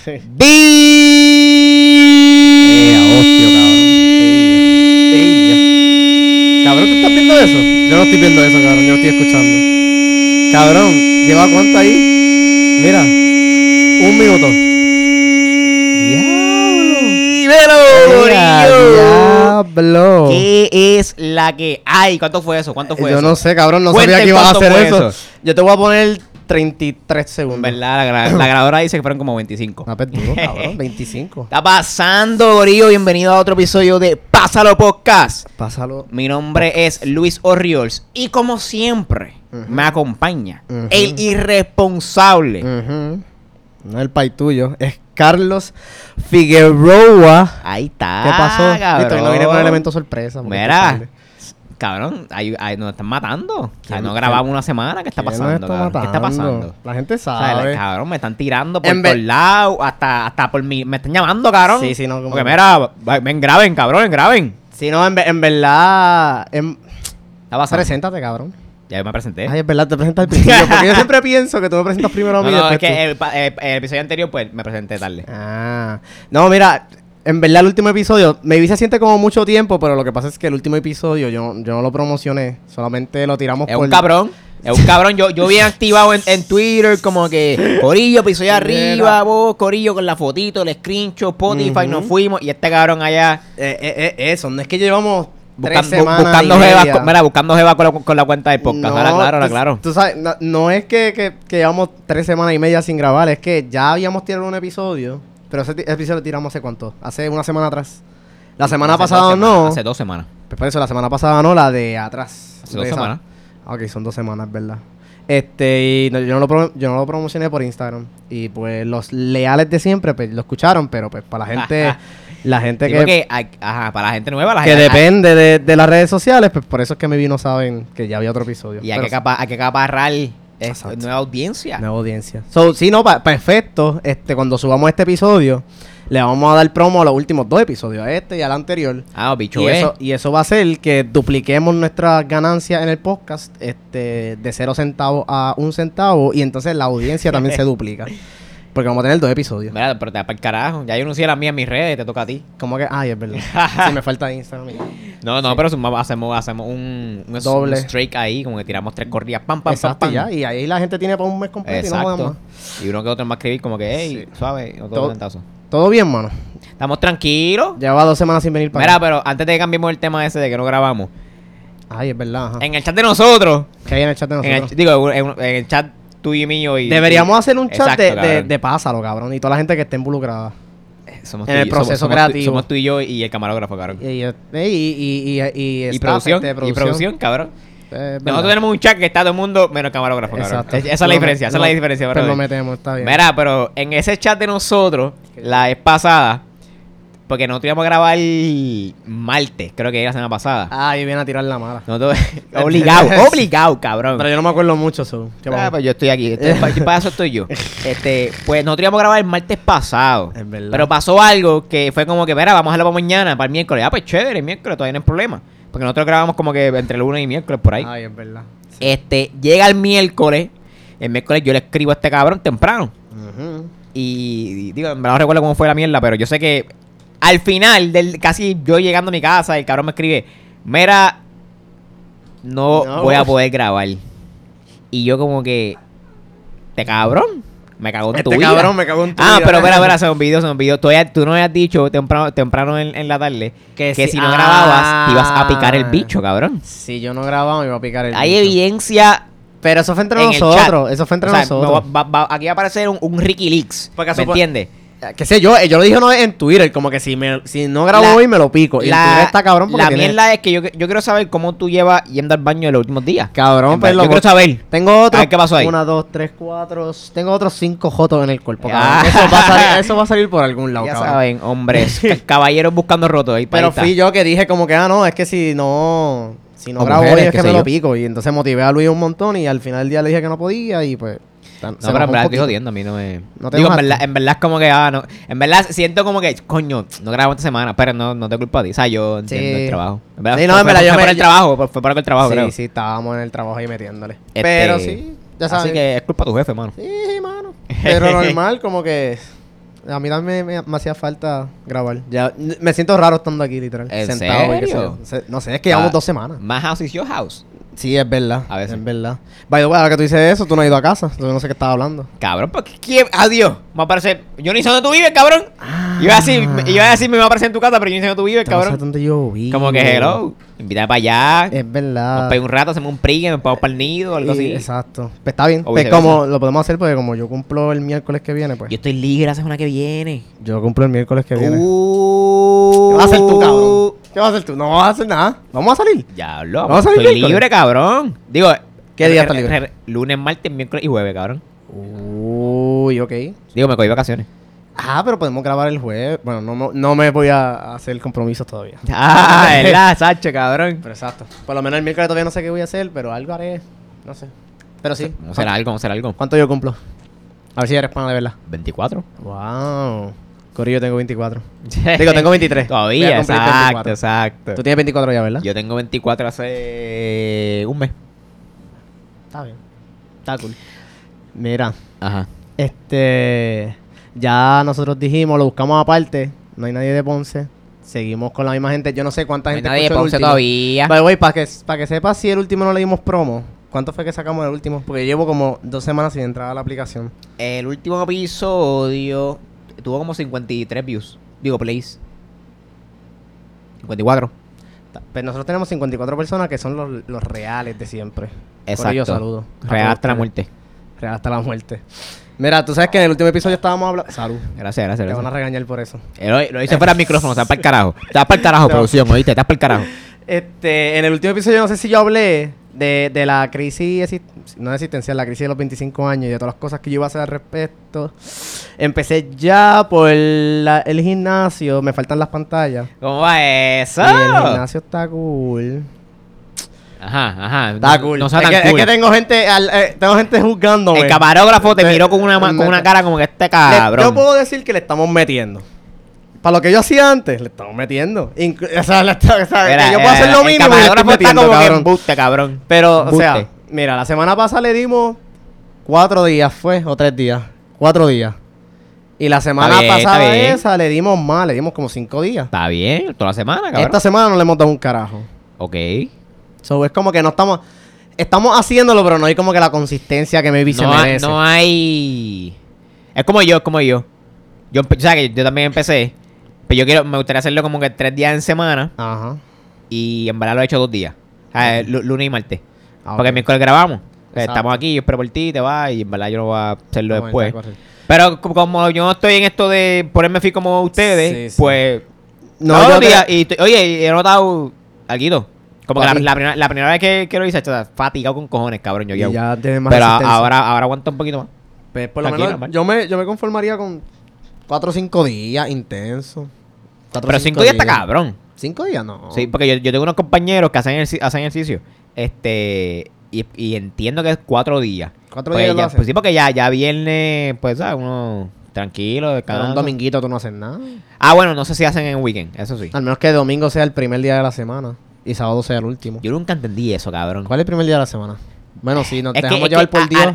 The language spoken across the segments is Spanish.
Cabrón, ¿tú estás viendo eso? Yo no estoy viendo eso, cabrón. Yo lo estoy escuchando. Cabrón, ¿lleva cuánto ahí? Mira, 1 minuto. ¡Diablo! ¿Qué es la que hay? ¿Cuánto fue eso? Yo no sé, cabrón. No sabía que ibas a hacer eso. Yo te voy a poner 33 segundos. ¿Verdad? La grabadora dice que fueron como 25. No, pero duro, cabrón. 25. Está pasando, gorillo. Bienvenido a otro episodio de Pásalo Podcast. Pásalo. Mi nombre es Luis Orriols. Y como siempre, me acompaña el irresponsable. No es el país tuyo, es Carlos Figueroa. Ahí está. ¿Qué pasó? Cabrón. No vine con un elemento sorpresa. Mira, cabrón, nos están matando. O sea, no grabamos una semana. ¿Qué está pasando, cabrón? ¿Qué está pasando? La gente sabe. O sea, cabrón, me están tirando por todos lados. Hasta por mí. Me están llamando, cabrón. Sí, no. Porque mira, ven, graben, cabrón, graben. Sí, no, en verdad. Está pasando. Preséntate, cabrón. Ya me presenté. Ay, es verdad, te presentas al principio. Porque yo siempre pienso que tú me presentas primero a mí. No, es que el episodio anterior, pues, me presenté tarde. No, mira, en verdad el último episodio, maybe se siente como mucho tiempo, pero lo que pasa es que el último episodio yo no lo promocioné. Solamente lo tiramos por... Es un cabrón. Yo bien activado en Twitter, como que Corillo, episodio arriba, vos, Corillo con la fotito, el screenshot, Spotify, nos fuimos. Y este cabrón allá... Eso, no es que llevamos... buscando jeva con la cuenta de podcast. No, ahora claro. Tú sabes, no es que llevamos 3 semanas y media sin grabar, es que ya habíamos tirado un episodio, pero ese episodio lo tiramos ¿hace cuánto? Hace una semana atrás. La semana pasada no. Hace 2 semanas. Pues por eso, la semana pasada no, la de atrás. Hace 2 semanas. Ok, son 2 semanas, ¿verdad? Y yo no lo promocioné por Instagram. Y pues los leales de siempre pues lo escucharon, pero pues para la gente... La gente para la gente nueva, depende de las redes sociales, pues por eso es que maybe no saben que ya había otro episodio. Y hay que acaparrar nueva audiencia. Nueva audiencia. Perfecto. Cuando subamos este episodio, le vamos a dar promo a los últimos 2 episodios, a este y al anterior. Bicho. Y eso va a hacer que dupliquemos nuestras ganancias en el podcast, de 0 centavos a 1 centavo, y entonces la audiencia también se duplica. Porque vamos a tener 2 episodios. Mira, pero te da para el carajo. Ya yo anuncié las mías en mis redes, te toca a ti. ¿Cómo que? Ay, es verdad. Sí, me falta Instagram. No, pero hacemos un doble streak ahí, como que tiramos 3 corridas, pam. Ya, y ahí la gente tiene para un mes completo. Exacto. Y no más. Y uno que otro más escribir como que, hey, suave, o todo lentazo. ¿Todo bien, mano? Estamos tranquilos. Lleva 2 semanas sin venir para Mira, pero antes de que cambiemos el tema ese de que no grabamos. Ay, es verdad, ajá. En el chat de nosotros. ¿Qué hay en el chat de nosotros? En el chat tuyo y mío. Deberíamos hacer un chat de Pásalo, cabrón. Y toda la gente que esté involucrada. Somos en el proceso creativo. Somos tú y yo y el camarógrafo, cabrón. Y producción, cabrón. Nosotros tenemos un chat que está todo el mundo menos el camarógrafo, cabrón. Esa es la diferencia. Pero lo metemos, está bien. Mira, pero en ese chat de nosotros, la vez pasada, porque nosotros íbamos a grabar martes, creo que era la semana pasada. Y viene a tirar la mala. Obligado, cabrón. Pero yo no me acuerdo mucho, pues yo estoy aquí. Para eso estoy yo. Pues nosotros íbamos a grabar el martes pasado. Es verdad. Pero pasó algo que fue como que, mira, vamos a hacerlo para mañana, para el miércoles. Pues chévere, el miércoles todavía no hay problema. Porque nosotros grabamos como que entre lunes y miércoles por ahí. Es verdad. Sí. Llega el miércoles. El miércoles yo le escribo a este cabrón temprano. Y digo, en verdad no recuerdo cómo fue la mierda, pero yo sé que al final, casi yo llegando a mi casa, el cabrón me escribe, mira, no voy a poder grabar. Y yo como que, cabrón, me cago en tu vida. Cabrón me cago en tu vida. Pero espera, se me olvidó. Tú no habías dicho temprano en la tarde que si no grababas, te ibas a picar el bicho, cabrón. Si yo no grababa, me iba a picar el bicho. Hay evidencia. Pero eso fue entre nosotros. Aquí va a aparecer un Ricky Leaks. ¿Me entiendes? Qué sé yo lo dije una vez en Twitter, como que si no grabo hoy me lo pico. Y en Twitter está cabrón porque la mierda es que yo quiero saber cómo tú llevas yendo al baño en los últimos días. Cabrón, pero yo quiero saber. Tengo otros. ¿Qué pasó ahí? 1, 2, 3, 4. Tengo otros 5 jotos en el cuerpo, cabrón. Eso va a salir por algún lado, ya cabrón. Saben, hombres, caballeros buscando rotos ahí. Pero fui yo que dije como que, no, es que si no grabo hoy es que me lo pico. Y entonces motivé a Luis un montón y al final del día le dije que no podía y pues... No, pero en verdad estoy jodiendo, a mí no me... Digo, en verdad es como que, no. En verdad siento como que, coño, no grabo esta semana, pero no te culpo a ti. O sea, yo entiendo el trabajo. En verdad, sí, fue por el trabajo. Fue por el trabajo, creo. Sí, estábamos en el trabajo ahí metiéndole. Pero sí, ya sabes. Así que es culpa de tu jefe, mano. Sí, mano. Pero normal, como que... A mí también me hacía falta grabar. Ya me siento raro estando aquí, literal. ¿En sentado y qué sé serio? yo. No sé, es que llevamos 2 semanas. My house is your house. Sí, es verdad. A veces. Es verdad. By the way, ahora que tú dices eso, tú no has ido a casa. Yo no sé qué estabas hablando. Cabrón, porque ¿quién? Adiós. Me va a aparecer. Yo ni sé dónde tú vives, cabrón. Iba a decir, me va a aparecer en tu casa, pero yo ni sé dónde tú vives, No sé cabrón. dónde yo vivo. Como que hello. Invítame para allá. Es verdad. Nos pegamos un rato, hacemos un pregame, nos vamos para el nido o algo así. Exacto. Pues está bien. O Pues viceversa. como lo podemos hacer porque como yo cumplo el miércoles que viene, pues. Yo estoy libre la semana que viene. Yo cumplo el miércoles que viene. ¿Qué ¿Qué vas a hacer tú, cabrón? ¿Qué vas a hacer tú? No vas a hacer nada. Vamos a salir. Diablo. ¿Vamos a salir Estoy miércoles? libre, cabrón. Digo, ¿Qué día estás libre? Lunes, martes, miércoles y jueves, cabrón. Uy, ok. Digo, me cogí vacaciones. Ah, pero podemos grabar el jueves. Bueno, no me voy a hacer compromisos todavía. Ah, ¿verdad, Sacho, cabrón? Pero exacto. Por lo menos el miércoles todavía no sé qué voy a hacer, pero algo haré. No sé. Pero sí. Vamos a hacer algo, vamos a hacer algo. ¿Cuánto yo cumplo? A ver si eres pana de verdad. 24. Wow. Corillo, tengo 24. Digo, tengo 23. Voy Todavía, a cumplir exacto, 24. exacto. Tú tienes 24 ya, ¿verdad? Yo tengo 24 hace un mes. Está bien. Está cool. Mira, Ajá. ya nosotros dijimos, lo buscamos aparte. No hay nadie de Ponce. Seguimos con la misma gente. Yo no sé cuánta No hay gente nadie de escuchó el Ponce último. todavía. By the way, para que sepas si el último no le dimos promo. ¿Cuánto fue que sacamos el último? Porque llevo como 2 semanas sin entrar a la aplicación. El último episodio tuvo como 53 views. Digo, plays. 54. Pero nosotros tenemos 54 personas que son los reales de siempre. Exacto. Corillo, saludos. Real A hasta la todos muerte. ustedes. Real hasta la muerte. Mira, tú sabes que en el último episodio estábamos hablando... Salud. Gracias, gracias. Te van a gracias. regañar por eso. Lo hice fuera del micrófono, estás para el carajo. Estás para el carajo, No. producción, oíste, estás para el carajo. En el último episodio no sé si yo hablé de la crisis, no existencial, la crisis de los 25 años y de todas las cosas que yo iba a hacer al respecto. Empecé ya por el gimnasio, me faltan las pantallas. ¿Cómo va eso? Y el gimnasio está cool. Ajá. Está cool. No sea es, tan que, cool. es que tengo gente juzgándome. El camarógrafo te Me- miró con una cara como que este cabrón. Yo puedo decir que le estamos metiendo. Para lo que yo hacía antes, le estamos metiendo. O sea, Mira, que yo puedo hacer lo el mínimo y le estoy camarógrafo está metiendo, como que cabrón. embuste, cabrón. Pero, o Embuste. sea, mira, la semana pasada le dimos 4 días, o 3 días. 4 días. Y la semana bien, está pasada bien. esa le dimos más, le dimos como 5 días. Está bien, toda la semana, cabrón. Esta semana no le hemos dado un carajo. Ok. So, es como que no estamos... Estamos haciéndolo, pero no hay como que la consistencia que maybe se No, merece. no hay... Es como yo, Yo, o sea, que yo también empecé. Pero me gustaría hacerlo como que 3 días en semana. Ajá. Y en verdad lo he hecho 2 días. O sea, lunes y martes. Ah, Porque ok. el miércoles grabamos. Exacto. Estamos aquí, yo espero por ti, te vas. Y en verdad yo no voy a hacerlo Vamos a después. intentar correr. Pero como yo no estoy en esto de ponerme fit como ustedes, Sí, sí. pues... No, todos yo los te- días. Y oye, he notado algo. Como que Papi. la primera vez que lo hice, estaba fatigado con cojones, cabrón. Yo, Y ya tienes más pero resistencia. ahora aguanta un poquito más. Pues por lo Tranquilo, menos normal. yo me conformaría con 4 o 5 días intensos. Pero 5 días está cabrón. 5 días no. Sí, porque yo tengo unos compañeros que hacen ejercicio. Y entiendo que es 4 días. 4 Pues, días lo ya, hacen. pues sí, porque ya viernes, pues, ¿sabes? Uno tranquilo, Pero descansando. un dominguito tú no haces nada. Ah, bueno, no sé si hacen en weekend, eso sí. Al menos que domingo sea el primer día de la semana y sábado sea el último. Yo nunca entendí eso, cabrón. ¿Cuál es el primer día de la semana? Bueno, sí, nos Es que- dejamos es llevar que por Dios.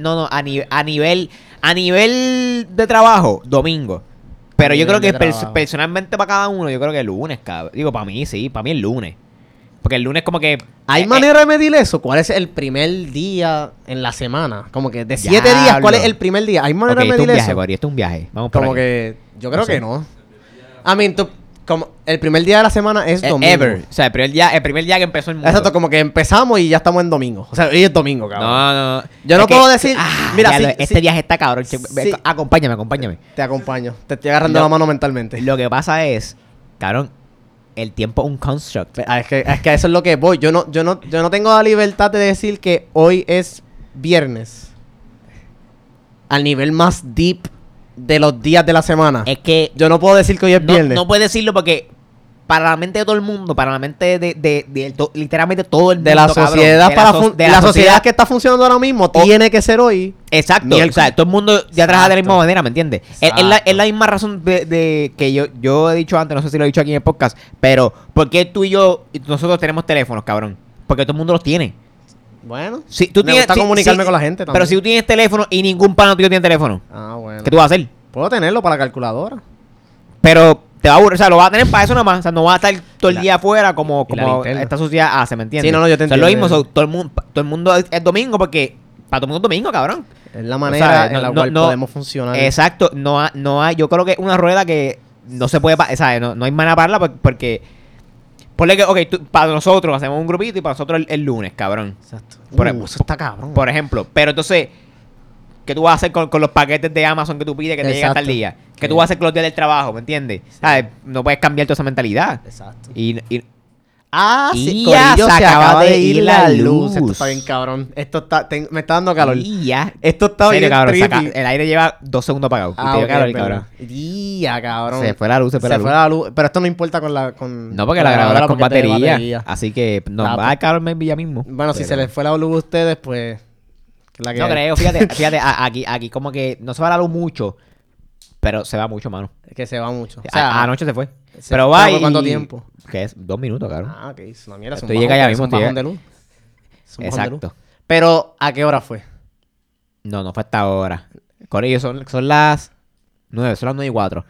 a nivel de trabajo, domingo. Pero A yo creo nivel que de trabajo. personalmente para cada uno, yo creo que el lunes, cabrón. Digo, para mí sí, para mí el lunes. Porque el lunes como que... ¿Hay manera de medir eso? ¿Cuál es el primer día en la semana? Como que de 7 días, ¿cuál Diablo. es el primer día? ¿Hay manera Ok, de esto es un medir viaje, eso? Cory, esto es un viaje. Vamos por Como aquí. que yo creo No sé. que no. I mean, como el primer día de la semana es domingo. Ever. O sea, el primer día que empezó el mundo. Exacto, como que empezamos y ya estamos en domingo. O sea, hoy es domingo, cabrón. No. Yo no Es que- puedo decir- mira, diablo, sí, este sí. viaje está cabrón. Sí. Acompáñame. Te acompaño. Te estoy agarrando Lo- la mano mentalmente. Lo que pasa es, cabrón, el tiempo es un construct. Es que a eso es lo que voy. Yo no tengo la libertad de decir que hoy es viernes. Al nivel más deep de los días de la semana. Es que Yo no puedo decir que hoy es viernes. no puedes decirlo porque para la mente de todo el mundo, para la mente de literalmente todo el mundo, de la cabrón, sociedad de para de la sociedad que está funcionando ahora mismo tiene que ser hoy. Exacto, miércoles. o sea, todo el mundo ya trabaja de la misma Exacto. manera, ¿me entiendes? Es Exacto. la misma razón de que yo he dicho antes, no sé si lo he dicho aquí en el podcast, pero ¿por qué tú y yo, nosotros tenemos teléfonos, cabrón? Porque todo el mundo los tiene. Bueno, Si tú me gusta comunicarme con la gente también. Pero si tú tienes teléfono y ningún pana tuyo tiene teléfono, Ah, bueno. ¿qué tú vas a hacer? Puedo tenerlo para la calculadora. Pero te va a aburrir, o sea, lo vas a tener para eso nomás. O sea, no vas a estar todo el La- día afuera como y la linterna. esta sociedad hace, ¿me entiendes? Sí, no, yo te O sea, es lo entiendo. mismo, todo el mundo es domingo porque para todo el mundo es domingo, cabrón. Es la manera no- en la no- cual no- podemos funcionar. Exacto, no hay, yo creo que una rueda que no se puede, ¿sabes? No hay manera para pararla porque ponle que, ok, para nosotros hacemos un grupito y para nosotros el lunes, cabrón. Exacto. Por- Eso está cabrón. Por ejemplo, pero entonces, ¿qué tú vas a hacer con los paquetes de Amazon que tú pides que te lleguen hasta el Exacto. día? ¿Qué Sí. tú vas a hacer con los días del trabajo? ¿Me entiendes? ¿Sabes? No puedes cambiar toda esa mentalidad. Exacto. Y Sí, ya Corillo, se acaba de ir la luz. Esto está bien cabrón. Esto está... me está dando calor. y ya. Esto está Serio, bien cabrón, trippy. el aire lleva 2 segundos apagado. Y te dio ok, calor, verdad. cabrón. Ya, cabrón. Se fue la luz, se fue la luz. Pero esto no importa con la... No, porque la grabadora con porque es de batería. Así que nos Ah, va a dar calor maybe ya mismo. Bueno, si Pero- se les fue la luz a ustedes, pues... No creo, fíjate, aquí como que no se va la luz mucho, pero se va mucho, mano. Es que se va mucho. Anoche se fue. se- Pero ¿pero va por y... cuánto tiempo? ¿Qué es? 2 minutos, cabrón. Ah, ok. Es una mierda. Esto llega ya mismo, Es un bajón llega. de luz. Es un bajón de luz. Exacto. Pero, ¿a qué hora fue? No fue hasta ahora. Corillo, son las 9, son las 9:04.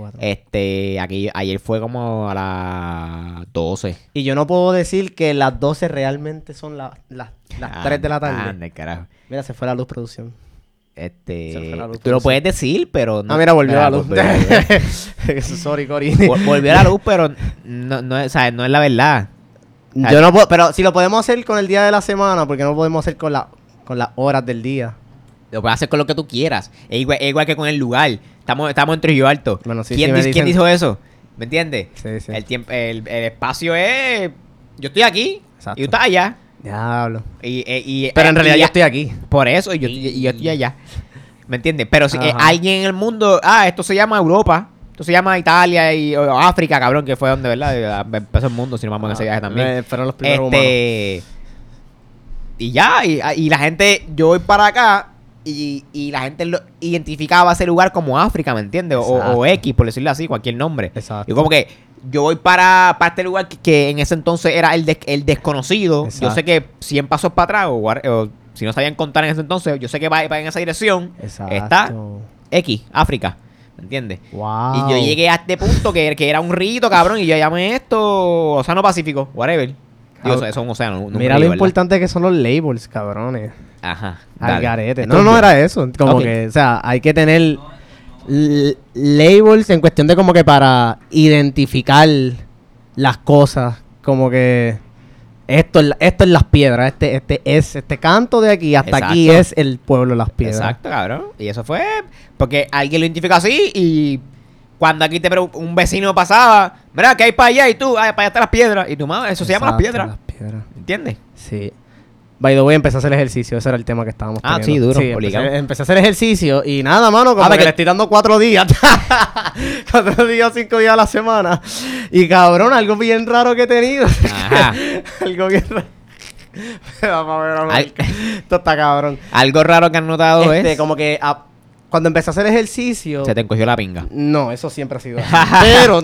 Ayer fue como a las 12. Y yo no puedo decir que las 12 realmente son las 3 de la tarde. Anda, carajo. Mira, se fue la luz, producción. Se fue la luz, Tú lo pues, puedes decir, pero no. Ah, mira, volvió la luz. volvió. Sorry, Cory. Volvió la luz, pero no es la verdad. Yo no puedo, pero si lo podemos hacer con el día de la semana, porque no lo podemos hacer con las horas del día. Lo puedes hacer con lo que tú quieras. Es igual que con el lugar. Estamos en Trujillo Alto. Bueno, sí, ¿Quién, sí me ¿Quién dicen- dijo eso? ¿Me entiendes? Sí, sí. El espacio es... Yo estoy aquí Exacto. y tú estás allá. Diablo. Y, Pero en realidad y- yo estoy aquí. Por eso, y yo estoy allá. ¿Me entiendes? Pero si Ajá. alguien en el mundo... esto se llama Europa. Esto se llama Italia o África, cabrón, que fue donde, ¿verdad? Empezó el mundo, si no vamos en ese viaje también. Fueron los primeros humanos. Y ya, y la gente... Yo voy para acá y la gente identificaba ese lugar como África, ¿me entiendes? Exacto. O X, por decirlo así, cualquier nombre. Exacto. Y como que yo voy para este lugar que en ese entonces era el desconocido. Yo Exacto. sé que 100 pasos para atrás, o si no sabían contar en ese entonces, yo sé que va en esa dirección. Exacto. Está X, África. ¿Me entiendes? Wow. Y yo llegué a este punto que era un rito, cabrón, y yo llamé esto Océano Pacífico, whatever. Digo, eso es un océano. No un Mira río, lo ¿verdad? importante que son los labels, cabrones. Ajá. Al dale. garete. Esto No es- era eso. Como Ok. que, o sea, hay que tener labels en cuestión de como que para identificar las cosas. Como que esto es Las Piedras. Este canto de aquí hasta aquí Exacto. es el pueblo de Las Piedras. Exacto, cabrón. Y eso fue porque alguien lo identificó así y cuando aquí un vecino pasaba, mira, que hay para allá? Y tú, para allá están las piedras. Y tú, mamá, eso se llama las Exacto, piedras. Las Piedras. ¿Entiendes? Sí. By the way, empecé a hacer ejercicio. Ese era el tema que estábamos Ah, teniendo. sí, duro, obligado. Empecé a hacer ejercicio y nada, mano, como porque- que le estoy dando 4 días. 4 días, 5 días a la semana. Y cabrón, algo bien raro que he tenido. Ajá. Algo bien raro. Vamos a ver, vamos a ver. Al- Esto está cabrón. Algo raro que han notado es... Como que cuando empecé a hacer ejercicio... Se te encogió la pinga. No, eso siempre ha sido así. Pero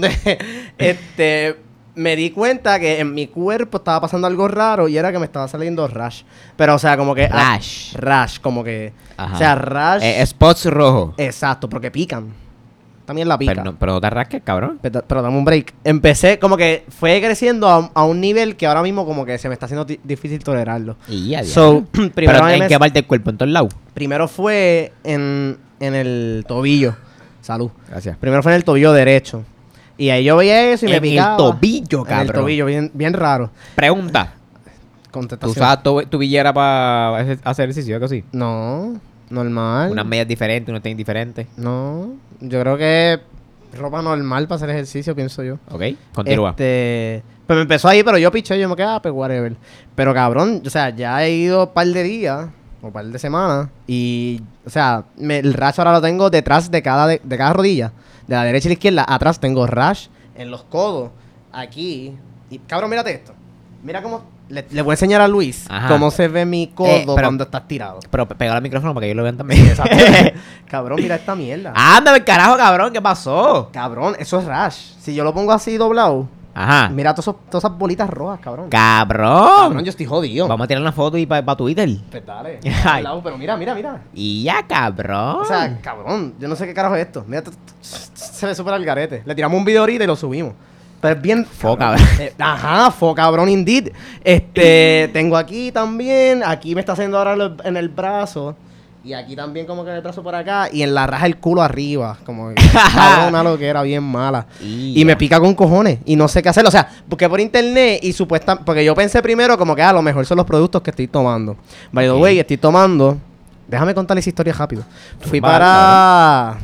me di cuenta que en mi cuerpo estaba pasando algo raro y era que me estaba saliendo rash. Pero, o sea, como que... Rash. Rash, como que... Ajá. O sea, rash... Spots rojos. Exacto, porque pican. También la pica. Pero no te rasques, cabrón. Pero dame un break. Empecé, como que fue creciendo a un nivel que ahora mismo como que se me está haciendo difícil tolerarlo. Y ya, So, primero Pero a mí ¿en me- qué parte del cuerpo? ¿En todos lados? Primero fue en el tobillo. Salud. Gracias. Primero fue en el tobillo derecho. Y ahí yo veía eso y me En el picaba. tobillo, En el cabrón. tobillo, bien raro. Pregunta. ¿Tú Contestación. usabas tu villera para hacer ejercicio, algo así? No, normal. Unas medias diferentes, unos tenis diferentes. No, yo creo que ropa normal para hacer ejercicio, pienso yo. Ok, continúa. Pues me empezó ahí, pero yo piché, yo me quedé, pues whatever. Pero cabrón, o sea, ya he ido un par de días o un par de semanas y, o sea, el rash ahora lo tengo detrás de cada rodilla. De la derecha y la izquierda, atrás tengo rash en los codos, aquí. Y cabrón, mírate esto. Mira cómo, le voy a enseñar a Luis Ajá. cómo se ve mi codo pero- cuando estás tirado. Pero pega el micrófono para que ellos lo vean también. Cabrón, mira esta mierda. Ándame, carajo, cabrón, ¿qué pasó? Cabrón, eso es rash. Si yo lo pongo así doblado, Ajá. Mira todas esas bolitas rojas, cabrón. ¡Cabrón! Cabrón, yo estoy jodido. Vamos a tirar una foto y para Twitter. Pues dale. Ay. Pero mira. Y ya, cabrón. O sea, cabrón, yo no sé qué carajo es esto. Mira, se ve súper al garete. Le tiramos un video ahorita y lo subimos. Pero es bien... Fo, cabrón. Fo, cabrón, indeed. Tengo aquí también. Aquí me está haciendo ahora en el brazo. Y aquí también como que en el brazo por acá. Y en la raja el culo arriba. Como que cabrón, una loquera bien mala. Y me pica con cojones. Y no sé qué hacer. O sea, busqué por internet y supuestamente... Porque yo pensé primero como que a lo mejor son los productos que estoy tomando. By the way, estoy tomando... Déjame contar esa historia rápido. Fui para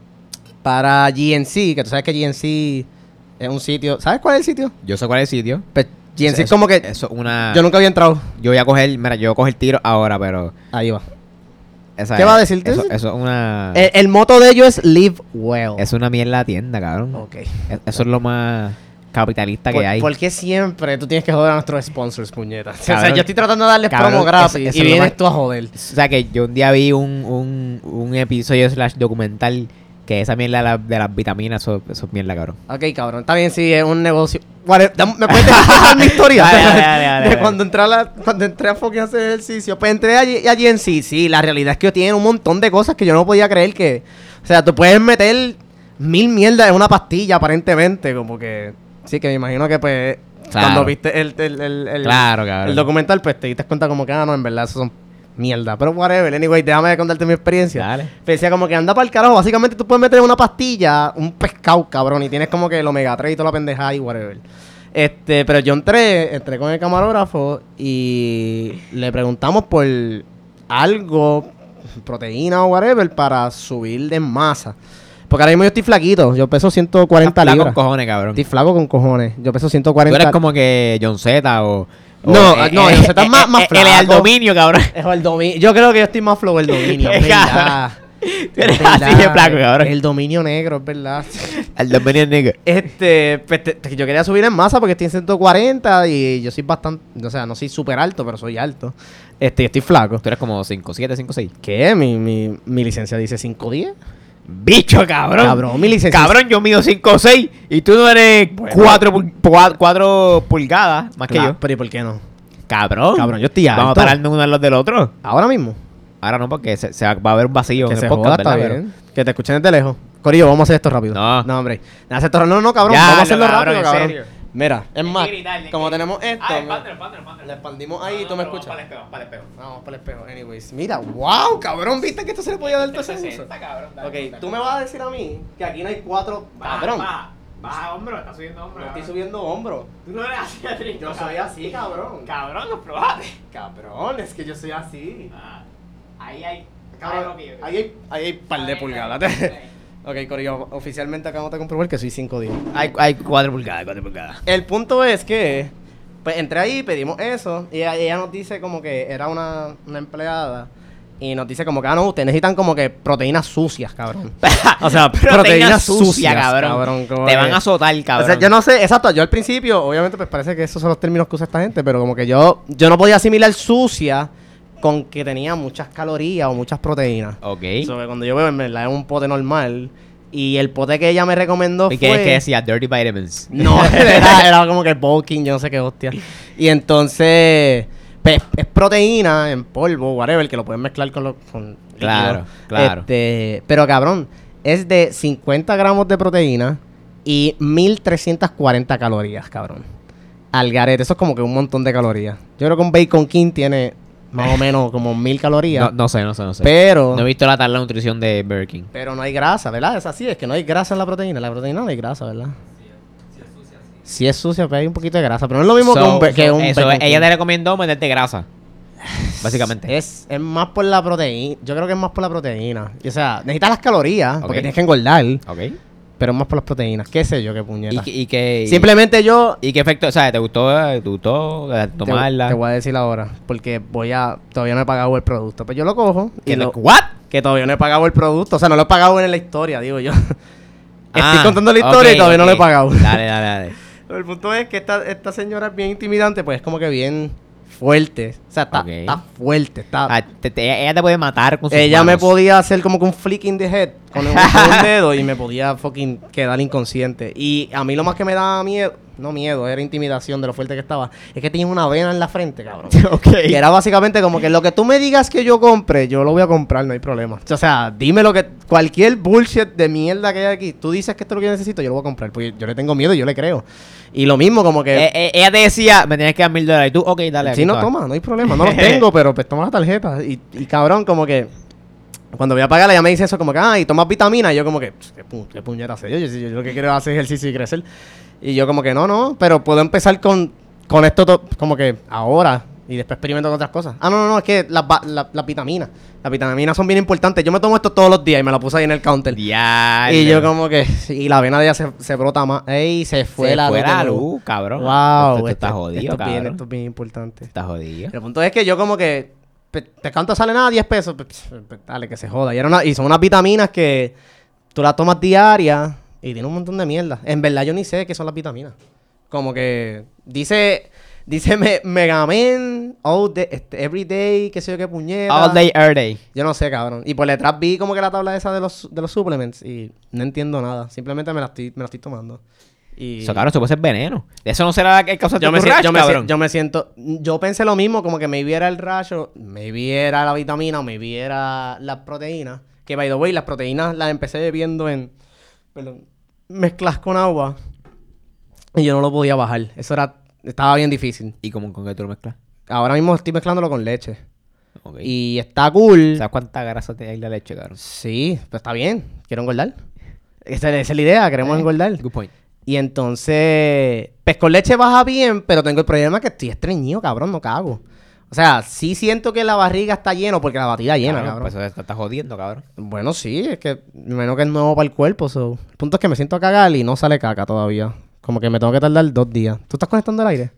GNC, que tú sabes que GNC es un sitio. ¿Sabes cuál es el sitio? Yo sé cuál es el sitio. Pues GNC es como que Eso es una... yo nunca había entrado. Yo voy a coger... Mira, yo voy a coger tiro ahora, pero... Ahí va. esa ¿Qué es- va a decirte? Eso es una... El moto de ellos es Live Well. Es una mierda de tienda, cabrón. Ok. Eso es lo más capitalista que hay. ¿Por qué siempre tú tienes que joder a nuestros sponsors, puñetas? O sea, Cabrón. yo estoy tratando de darles Cabrón, promo gratis eso y es lo vienes más- tú a joder. O sea, que yo un día vi un episodio / documental que esa mierda de las vitaminas, eso es mierda, cabrón. Ok, cabrón. Está bien, sí, es un negocio. Vale, ¿me puedes dejar mi historia? Dale. De cuando entré a fucking hacer ejercicio. Pues entré allí en sí. La realidad es que ellos tienen un montón de cosas que yo no podía creer que... O sea, tú puedes meter 1000 mierdas en una pastilla, aparentemente. Como que... Sí, que me imagino que pues... Claro. Cuando viste el Claro, cabrón. el documental, pues te diste cuenta como que, no, en verdad, eso son mierda. Pero whatever, anyway, déjame contarte mi experiencia. Dale. Pues decía como que anda para el carajo. Básicamente tú puedes meter en una pastilla un pescado, cabrón, y tienes como que el omega 3 y toda la pendejada y whatever. Pero yo entré con el camarógrafo y le preguntamos por algo, proteína o whatever, para subir de masa. Porque ahora mismo yo estoy flaquito. Yo peso 140 Estás libras. con cojones, cabrón. Estoy flaco con cojones. Yo peso Tú 140. eres como que John Z o No, yo sé, más Él es al flaco. dominio, cabrón. Es el dominio. Yo creo que yo estoy más flow el dominio. es verdad. Tú eres Es así de verdad. flaco, cabrón. El dominio negro, es verdad. Al dominio negro. Pues, yo quería subir en masa porque estoy en 140 y yo soy bastante, o sea, no soy súper alto, pero soy alto. Estoy flaco. Tú eres como 5'7", 5'6". ¿Qué? Mi licencia dice 5'10". Bicho, cabrón. Cabrón, mi licencia. Cabrón, yo mido 5'6" y tú no eres Bueno. 4 pulgadas más que Claro, yo. pero ¿y por qué no? Cabrón. Cabrón, yo estoy alto. Vamos a pararnos uno al lado del otro. Ahora mismo. Ahora no, porque va a haber un vacío Que en se el joda, podcast, está ¿verdad? bien. Que te escuchen desde lejos. Corillo, vamos a hacer esto rápido. No. No, hombre. No, cabrón. Ya, vamos a hacerlo cabrón, rápido, en cabrón. serio. Mira, es Hay más, que gritar, hay como que- tenemos esto, Espándalo. le expandimos ahí y tú me escuchas. Para el espejo. Vamos para el espejo. Anyways, mira, wow, cabrón, ¿viste que esto se le podía dar todo ese uso? 60, cabrón. Dale, Ok, dale. tú me vas a decir a mí que aquí no hay 4... Cabrón, Baja hombro, está subiendo hombro. no estoy subiendo hombro. Tú no eres así, Adri. Yo soy así, cabrón. Cabrón, lo probaste. Cabrón, es que yo soy así. Ahí hay. Cabrón, ahí hay par de pulgadas. Ok, Corillo, oficialmente acabamos de comprobar que soy 5'10". Hay 4 pulgadas, 4 pulgadas. El punto es que, pues entré ahí, pedimos eso, y ella nos dice como que era una empleada, y nos dice como que, no, ustedes necesitan como que proteínas sucias, cabrón. O sea, proteínas sucias, cabrón. como Te van que- a azotar, cabrón. O sea, yo no sé, exacto, yo al principio, obviamente, pues parece que esos son los términos que usa esta gente, pero como que yo no podía asimilar sucia con que tenía muchas calorías o muchas proteínas. Ok. So, que cuando yo veo, en verdad, es un pote normal, y el pote que ella me recomendó ¿Y fue... qué es que decía? Dirty Vitamins. No, era como que bulking, yo no sé qué hostia. Y entonces, pues, es proteína en polvo, whatever, que lo pueden mezclar con Claro, líquido. claro. Pero cabrón, es de 50 gramos de proteína y 1340 calorías, cabrón. Al garete, eso es como que un montón de calorías. Yo creo que un Bacon King tiene más o menos como 1000 calorías. No sé. Pero... No he visto la tabla de nutrición de Burger King. Pero no hay grasa, ¿verdad? Es así, es que no hay grasa en la proteína. La proteína no hay grasa, ¿verdad? Si es sucia, pues hay un poquito de grasa. Pero no es lo mismo que un Eso, Bacon ella King. te recomendó meterte grasa. Básicamente. Es más por la proteína. Yo creo que es más por la proteína. Y, o sea, necesitas las calorías, porque Ok. tienes que engordar. Ok. Pero es más por las proteínas. ¿Qué sé yo, qué puñeta? ¿Y qué? Simplemente yo... ¿Y qué efecto? O sea, ¿te gustó tomarla? Te voy a decir ahora. Porque todavía no he pagado el producto. Pues yo lo cojo. ¿What? Que todavía no he pagado el producto. O sea, no lo he pagado en la historia, digo yo. Ah, Estoy contando la historia ok, y todavía no lo he ok. pagado. Dale. Pero el punto es que esta señora es bien intimidante, pues es como que bien fuerte. O sea, está Ok. fuerte. Ah, ella te puede matar con sus Ella me manos. podía hacer como que un flick in the head con un dedo y me podía fucking quedar inconsciente. Y a mí lo más que me daba miedo, no miedo, era intimidación de lo fuerte que estaba. Es que tenía una vena en la frente, cabrón. Ok. Que era básicamente como que lo que tú me digas que yo compre, yo lo voy a comprar, no hay problema. O sea, dime lo que... Cualquier bullshit de mierda que hay aquí, tú dices que esto es lo que yo necesito, yo lo voy a comprar. Porque yo le tengo miedo y yo le creo. Y lo mismo como que... Ella te decía, me tienes que dar $1,000. Y tú, ok, dale. Sí, aquí no, está. toma, no hay problema. No los tengo, pero pues toma la tarjeta. Y cabrón, como que... Cuando voy a pagarla, ella me dice eso como que, y tomas vitamina. Y yo como que, ¿qué puñeta sé yo? Yo lo que quiero es hacer ejercicio y crecer. Y yo como que, no, pero puedo empezar con esto como que ahora. Y después experimento con otras cosas. No, es que las vitaminas. Las vitaminas son bien importantes. Yo me tomo esto todos los días y me la puse ahí en el counter. Diablo. Y yo como que, y la vena de ella se brota más. Ey, se fue la luz. cabrón. Wow. Esto está jodido, cabrón. Esto es bien importante. Está jodido. El punto es que yo como que, ¿te cuánto sale nada? 10 pesos. Dale, que se joda. Y son unas vitaminas que tú las tomas diarias y tiene un montón de mierda. En verdad yo ni sé qué son las vitaminas. Como que dice Megaman, every day, qué sé yo qué puñeta. All day, every day. Yo no sé, cabrón. Y por detrás vi como que la tabla esa de los supplements y no entiendo nada. Simplemente me la estoy tomando. Y Eso, cabrón, eso puede ser veneno. Eso no será el causa de yo tu me, rash, cabrón. yo me siento... Yo pensé lo mismo, como que me viera el rayo, me viera la vitamina o me viera las proteínas. Que, by the way, las proteínas las empecé bebiendo mezclas con agua. Y yo no lo podía bajar. Estaba bien difícil. ¿Y cómo con qué tú lo mezclas? Ahora mismo estoy mezclándolo con leche. Ok. Y está cool. ¿Sabes cuánta grasa te hay en la leche, cabrón? Sí, pues está bien. Quiero engordar. Esa es la idea, queremos engordar. Good point. Y entonces, pues con leche baja bien, pero tengo el problema que estoy estreñido, cabrón, no cago. O sea, sí siento que la barriga está llena porque la batida llena, cabrón. Pues eso te está jodiendo, cabrón. Bueno, sí, es que menos que es nuevo para el cuerpo. El punto es que me siento a cagar y no sale caca todavía. Como que me tengo que tardar 2 días. ¿Tú estás conectando el aire?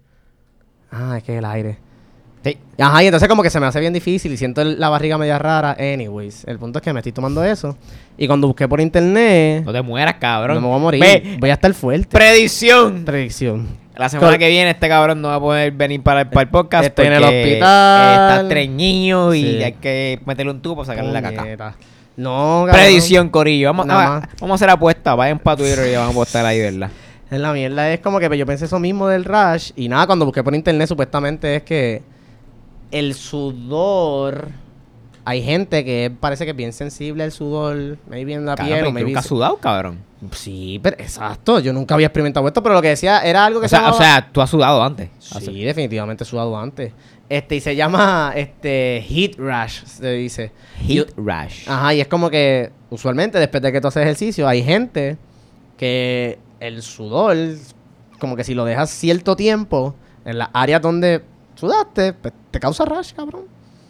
Es que el aire. Sí. Ajá, y entonces como que se me hace bien difícil y siento la barriga media rara. Anyways, el punto es que me estoy tomando eso. Y cuando busqué por internet... No te mueras, cabrón. No me voy a morir. Ve, Voy a estar fuerte. predicción. Predicción. La semana que viene este cabrón no va a poder venir para el podcast Estoy en el porque hospital. está estreñido y Sí. hay que meterle un tubo para sacarle la caca. Puñeta. No, cabrón. Predicción, corillo. Vamos Nada más. a hacer apuesta. Vayan para Twitter y vamos a apostar ahí, ¿verdad? La mierda es como que yo pensé eso mismo del rash. Y nada, cuando busqué por internet, supuestamente es que el sudor. Hay gente que parece que es bien sensible al sudor. Maybe en la Cabrón, piel pero o ¿tú maybe. nunca has sudado, cabrón? Sí, pero exacto. Yo nunca había experimentado esto, pero lo que decía era algo que O se llamaba... sea, tú has sudado antes. Sí, definitivamente he sudado antes. Y se llama heat rash, se dice. Heat rash. Ajá, y es como que usualmente después de que tú haces ejercicio hay gente que el sudor, como que si lo dejas cierto tiempo en las áreas donde sudaste, pues te causa rash, cabrón.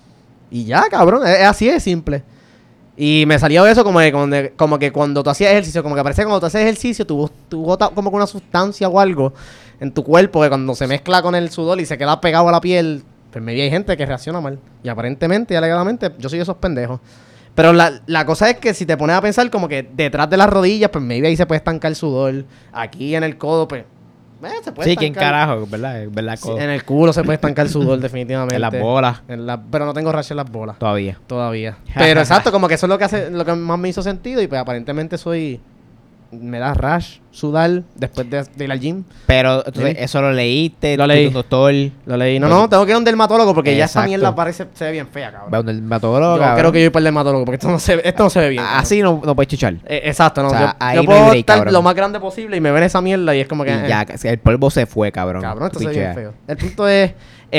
Y ya, cabrón, es así de simple. Y me salió eso como que cuando tú hacías ejercicio, como que parece que cuando tú haces ejercicio, tú botas como que una sustancia o algo en tu cuerpo que cuando se mezcla con el sudor y se queda pegado a la piel, pues maybe hay gente que reacciona mal. Y aparentemente y alegadamente yo soy de esos pendejos. Pero la cosa es que si te pones a pensar como que detrás de las rodillas, pues maybe ahí se puede estancar el sudor. Aquí en el codo, pues se puede Sí, estancar. ¿quién carajo? ¿Verdad? ¿Verdad? Sí, en el culo se puede estancar el sudor definitivamente. En las bolas. Pero no tengo rash en las bolas. Todavía. Pero exacto, como que eso es lo que más me hizo sentido. Y pues aparentemente me da rash, sudar después de ir al gym. Pero entonces, eso lo leíste, Lo leí. un doctor. Lo leí. No, tengo que ir a un dermatólogo porque ya esa Exacto. mierda se ve bien fea, cabrón. Va a un dermatólogo, Yo cabrón. creo que yo voy para el dermatólogo porque esto no se ve bien. cabrón. Así no puedes chichar. Exacto, no. O sea, ahí yo no hay puedo break, estar cabrón. lo más grande posible y me ven esa mierda y es como que... Y ya, si el polvo se fue, cabrón. Cabrón, esto Tú se ve bien picheas. feo. El punto es,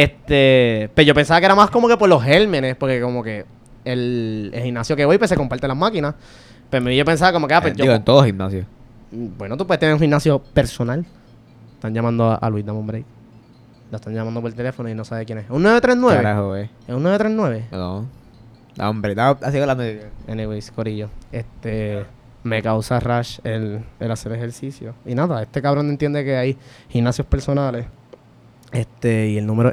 pero yo pensaba que era más como que por los gérmenes, porque como que el gimnasio que voy, pues se comparte las máquinas. Pero yo pensaba como que, pues Digo, en todo gimnasio. bueno, tú puedes tener un gimnasio personal. Están llamando a Luis, dame un break. Lo están llamando por teléfono y no sabe quién es. ¿Un 939? Carajo, ¿Es un 939? No. No, hombre, así hablando de... Anyways, corillo. Me causa rash el hacer ejercicio. Y nada, este cabrón no entiende que hay gimnasios personales. Y el número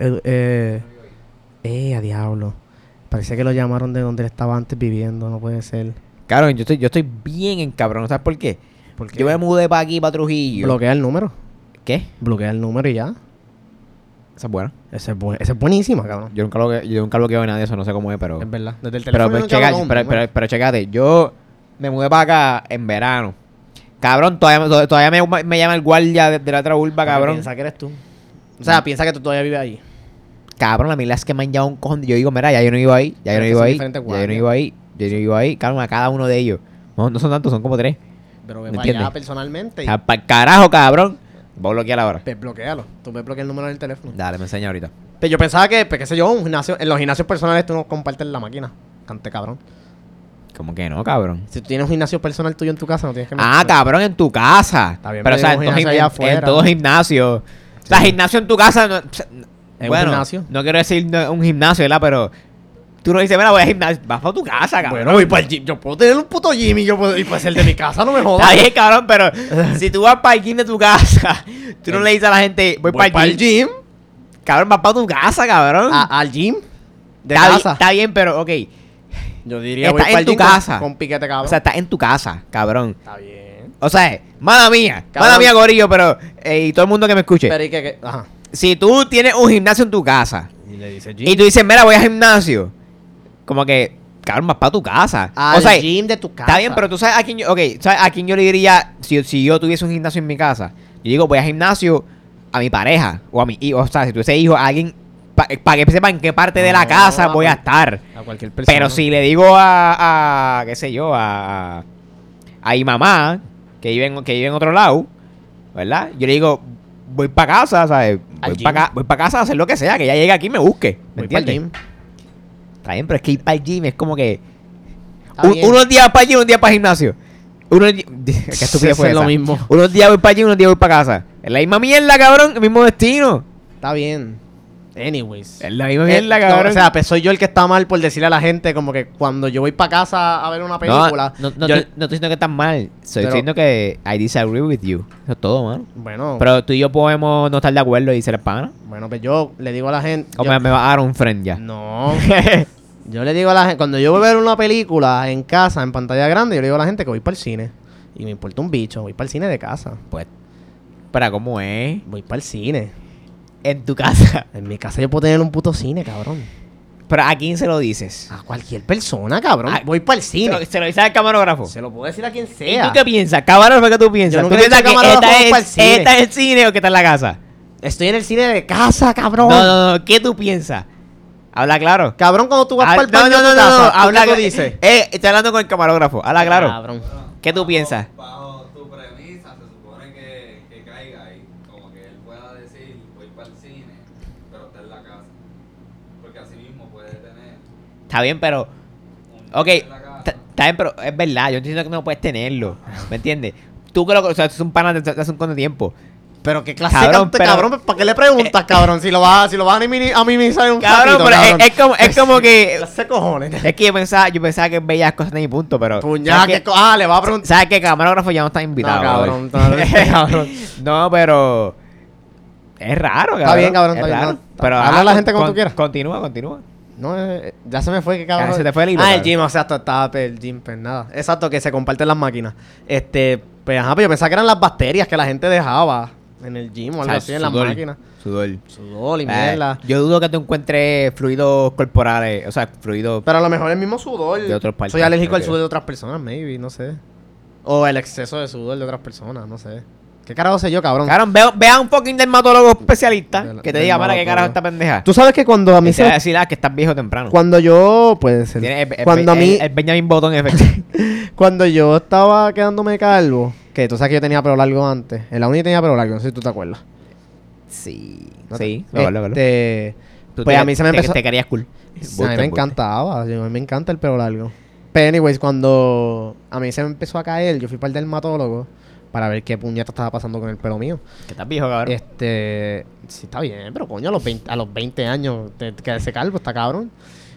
a diablo. Parece que lo llamaron de donde él estaba antes viviendo, no puede ser. Cabrón, yo estoy bien encabrón. ¿Sabes por qué? Porque Yo me mudé para aquí, para Trujillo. bloquea el número. ¿Qué? Bloquea el número y ya. Esa es buena. Esa es buenísima, cabrón. Yo nunca bloqueo a nadie, eso no sé cómo es, pero... Es verdad. Desde el Pero, teléfono. pero, pero chécate, yo me mudé para acá en verano. Cabrón, todavía me llama el guardia de la otra urba, cabrón. Piensa que eres tú. O sea, piensa que tú todavía vives ahí. Cabrón, a mí las que me han llevado un cojón. Yo digo, mira, ya yo no vivo ahí. Ya yo no vivo ahí. Ya yo no vivo ahí. Yo no vivo ahí. Cabrón, a cada uno de ellos. No son tantos, son como 3. Pero ve ¿Me para entiendes? allá personalmente. O sea, para el carajo, cabrón. Voy a bloquear ahora. Pues bloquealo. Tú puedes bloquear el número del teléfono. Dale, me enseña ahorita. Pero yo pensaba que, pues, qué sé yo, un gimnasio, en los gimnasios personales tú no compartes la máquina. Cante cabrón. ¿Cómo que no, cabrón? Si tú tienes un gimnasio personal tuyo en tu casa, no tienes que Cabrón, en tu casa. Está bien, pero o sea, un gimnasio allá afuera. en todo gimnasio. O sea, gimnasio en tu casa. No, ¿Es bueno, un gimnasio? no quiero decir un gimnasio, ¿verdad? Pero tú no dices, mira, voy a gimnasio. Vas para tu casa, cabrón. Bueno, voy para el gym. Yo puedo tener un puto gym y puede ser de mi casa, no me jodas. Está bien, cabrón, pero si tú vas para el gym de tu casa, tú no le dices a la gente, voy para el gym. Cabrón, vas para tu casa, cabrón. Al gym. De Está casa. está bien, pero ok. Yo diría, Estás en tu casa. Con piquete, cabrón. O sea, estás en tu casa, cabrón. Está bien. O sea, mala mía, Cabrón. gorillo, pero y todo el mundo que me escuche. Pero ¿y qué? Ajá. Si tú tienes un gimnasio en tu casa Y le dice y tú dices, mira, voy al gimnasio, como que, cabrón, vas para tu casa. Al o sea, gym de tu casa. está bien, pero tú sabes a quién yo, ¿sabes a quién yo le diría si yo tuviese un gimnasio en mi casa? Yo digo, voy al gimnasio a mi pareja o a mi hijo, o sea, si tuviese hijo, a alguien para que sepa en qué parte de la No, casa voy a estar. A cualquier persona. Pero si le digo qué sé yo, a mi mamá, que vive en otro lado, ¿verdad? Yo le digo, voy para casa, ¿sabes? Voy para casa a hacer lo que sea, que ella llegue aquí y me busque. ¿Me Voy pa'l entiendes? gym. Está bien, pero es que ir para el gym es como que... Está bien. unos días para el gym, unos días para el gimnasio. Qué estúpido fue Es lo esa. mismo. Unos días voy para el gym, unos días voy para casa. Es la misma mierda, cabrón, el mismo destino. Está bien. Anyways. Es la misma mierda, No, cabrón. o sea, pues soy yo el que está mal por decirle a la gente como que cuando yo voy para casa a ver una película. No yo- estoy diciendo que estás mal. Estoy Pero- diciendo que I disagree with you. Eso es todo, mano. Bueno, Pero tú y yo podemos no estar de acuerdo y ser pana. bueno, pues yo le digo a la gente. O yo- me va a dar un friend ya. No. Yo le digo a la gente, cuando yo voy a ver una película en casa, en pantalla grande, yo le digo a la gente que voy para el cine. Y me importa un bicho, voy para el cine de casa. Pues, ¿para cómo es? Voy para el cine. En tu casa. En mi casa yo puedo tener un puto cine, cabrón. Pero ¿a quién se lo dices? A cualquier persona, cabrón. Ah, Voy para el cine. Se lo dices al camarógrafo. Se lo puedo decir a quien ¿Y sea. tú qué piensas? Camarógrafo, ¿qué tú piensas? Yo ¿Tú nunca he piensas dicho que camarógrafo, esta vamos pa'l cine. es el cine o que está en la casa? Estoy en el cine de casa, cabrón. No. ¿Qué tú piensas? Habla claro. Cabrón, cuando tú vas para el No, baño de tu casa, ¿tú habla qué tú claro. dices? Estoy hablando con el camarógrafo. Habla claro. Cabrón. ¿Qué tú piensas? Bajo tu premisa, se supone que caiga ahí. Como que él pueda decir, voy para el cine, pero está en la casa. Porque así mismo puede tener Está bien, pero... un Ok, en la casa. está bien, pero es verdad. Yo entiendo que no puedes tenerlo. ¿Me entiendes? Tú que lo... O sea, tú eres un pana de hace un montón de tiempo. Pero qué clase Cabrón, de cante, pero- cabrón. ¿Para qué le preguntas, cabrón? Si lo vas a minimizar en un Cabrón, ratito, pero cabrón. es como que... Clase de cojones. Es que yo pensaba que veías cosas de mi punto, pero... Puñada, ¿sabes que... le va a preguntar. ¿Sabes qué? Camarógrafo ya no está invitado. No, cabrón, brother. cabrón. No, pero... Es raro, cabrón. Está bien, cabrón, es está bien, raro. no. Pero, Habla a la gente como tú quieras. Continúa. No, ya se me fue, que cabrón. Se te fue el hilo, el cabrón. gym, o sea, estaba el gym, pues nada. Exacto, que se comparten las máquinas. Pues ajá, pero yo pensaba que eran las bacterias que la gente dejaba en el gym o algo así, en las máquinas. Sudor. Sudor y mierda. Yo dudo que tú encuentres fluidos corporales, o sea, fluidos... Pero a lo mejor el mismo sudor. De otros partes, Soy alérgico al ok. sudor de otras personas, maybe, no sé. O el exceso de sudor de otras personas, no sé. ¿Qué carajo sé yo, cabrón? Cabrón, vea un fucking dermatólogo especialista Del- que te diga, mara, qué dermatólogo. carajo esta pendeja. Tú sabes que cuando a mí Y te va a se... decir, que estás viejo temprano. Cuando yo... Puede ser. Tiene Cuando a mí... el Benjamin Button efecto. Cuando yo estaba quedándome calvo, que tú sabes que yo tenía pelo largo antes. En la uni tenía pelo largo, no sé si tú te acuerdas. Sí, ¿No sí, te- lo Pues a mí se me empezó... Te querías cool. A mí me encantaba, a mí me encanta el pelo largo. Pero anyways, cuando a mí se me empezó a caer, yo fui para el dermatólogo para ver qué puñeta estaba pasando con el pelo mío. Que estás viejo, cabrón. Sí, está bien, pero coño, a los 20 años quedarse calvo, está cabrón.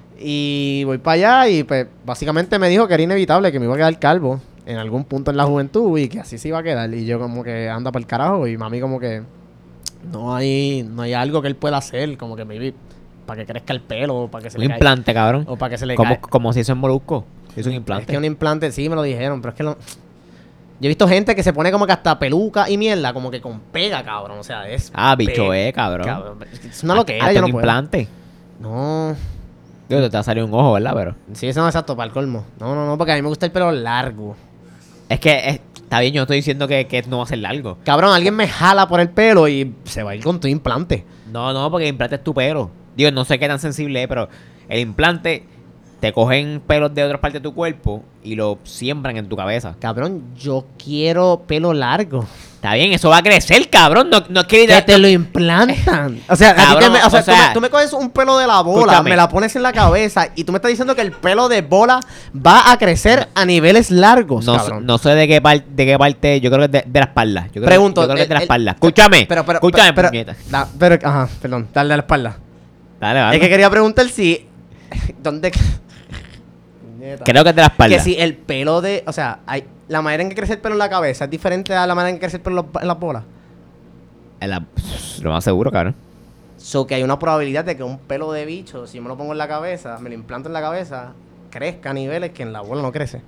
Y voy para allá y pues básicamente me dijo que era inevitable que me iba a quedar calvo en algún punto en la juventud y que así se iba a quedar. Y yo como que anda para el carajo y mami como que no hay algo que él pueda hacer, como que maybe para que crezca el pelo o para que se Un le caiga. implante, cabrón. O para que se le Como, caiga. como si eso es molusco. Es un Es implante. que un implante, sí, me lo dijeron, pero es que no... Yo he visto gente que se pone como que hasta peluca y mierda, como que con pega, cabrón. O sea, es... Bicho, cabrón. Es una loquera, Hazte yo no un puedo. implante. No... Digo, te va a salir un ojo, ¿verdad? Pero... Sí, eso no es exacto, para el colmo. No, porque a mí me gusta el pelo largo. Es que Está bien, yo no estoy diciendo que no va a ser largo. Cabrón, alguien me jala por el pelo y se va a ir con tu implante. No, porque el implante es tu pelo. Digo, no sé qué tan sensible es, pero el implante te cogen pelos de otras partes de tu cuerpo y lo siembran en tu cabeza. Cabrón, yo quiero pelo largo. Está bien, eso va a crecer, cabrón. No es que Que te lo implantan. O sea, a ti Cabrón, o sea, o sea, tú me coges un pelo de la bola, escúchame. me la pones en la cabeza y tú me estás diciendo que el pelo de bola va a crecer a niveles largos, cabrón. No sé de qué parte, yo creo que es de la espalda. Yo creo Pregunto, yo creo que es de la el- espalda. Escúchame, escúchame, pero, puñeta. ajá, perdón, dale a la espalda. Dale, vale. Es que quería preguntar si... ¿Dónde? Puñeta. Creo que es de la espalda. Que si el pelo de... O sea, la manera en que crece el pelo en la cabeza es diferente a la manera en que crece el pelo en las bolas. Lo más seguro, cabrón. So que hay una probabilidad de que un pelo de bicho, si yo me lo pongo en la cabeza, me lo implanto en la cabeza, crezca a niveles que en la bola no crece.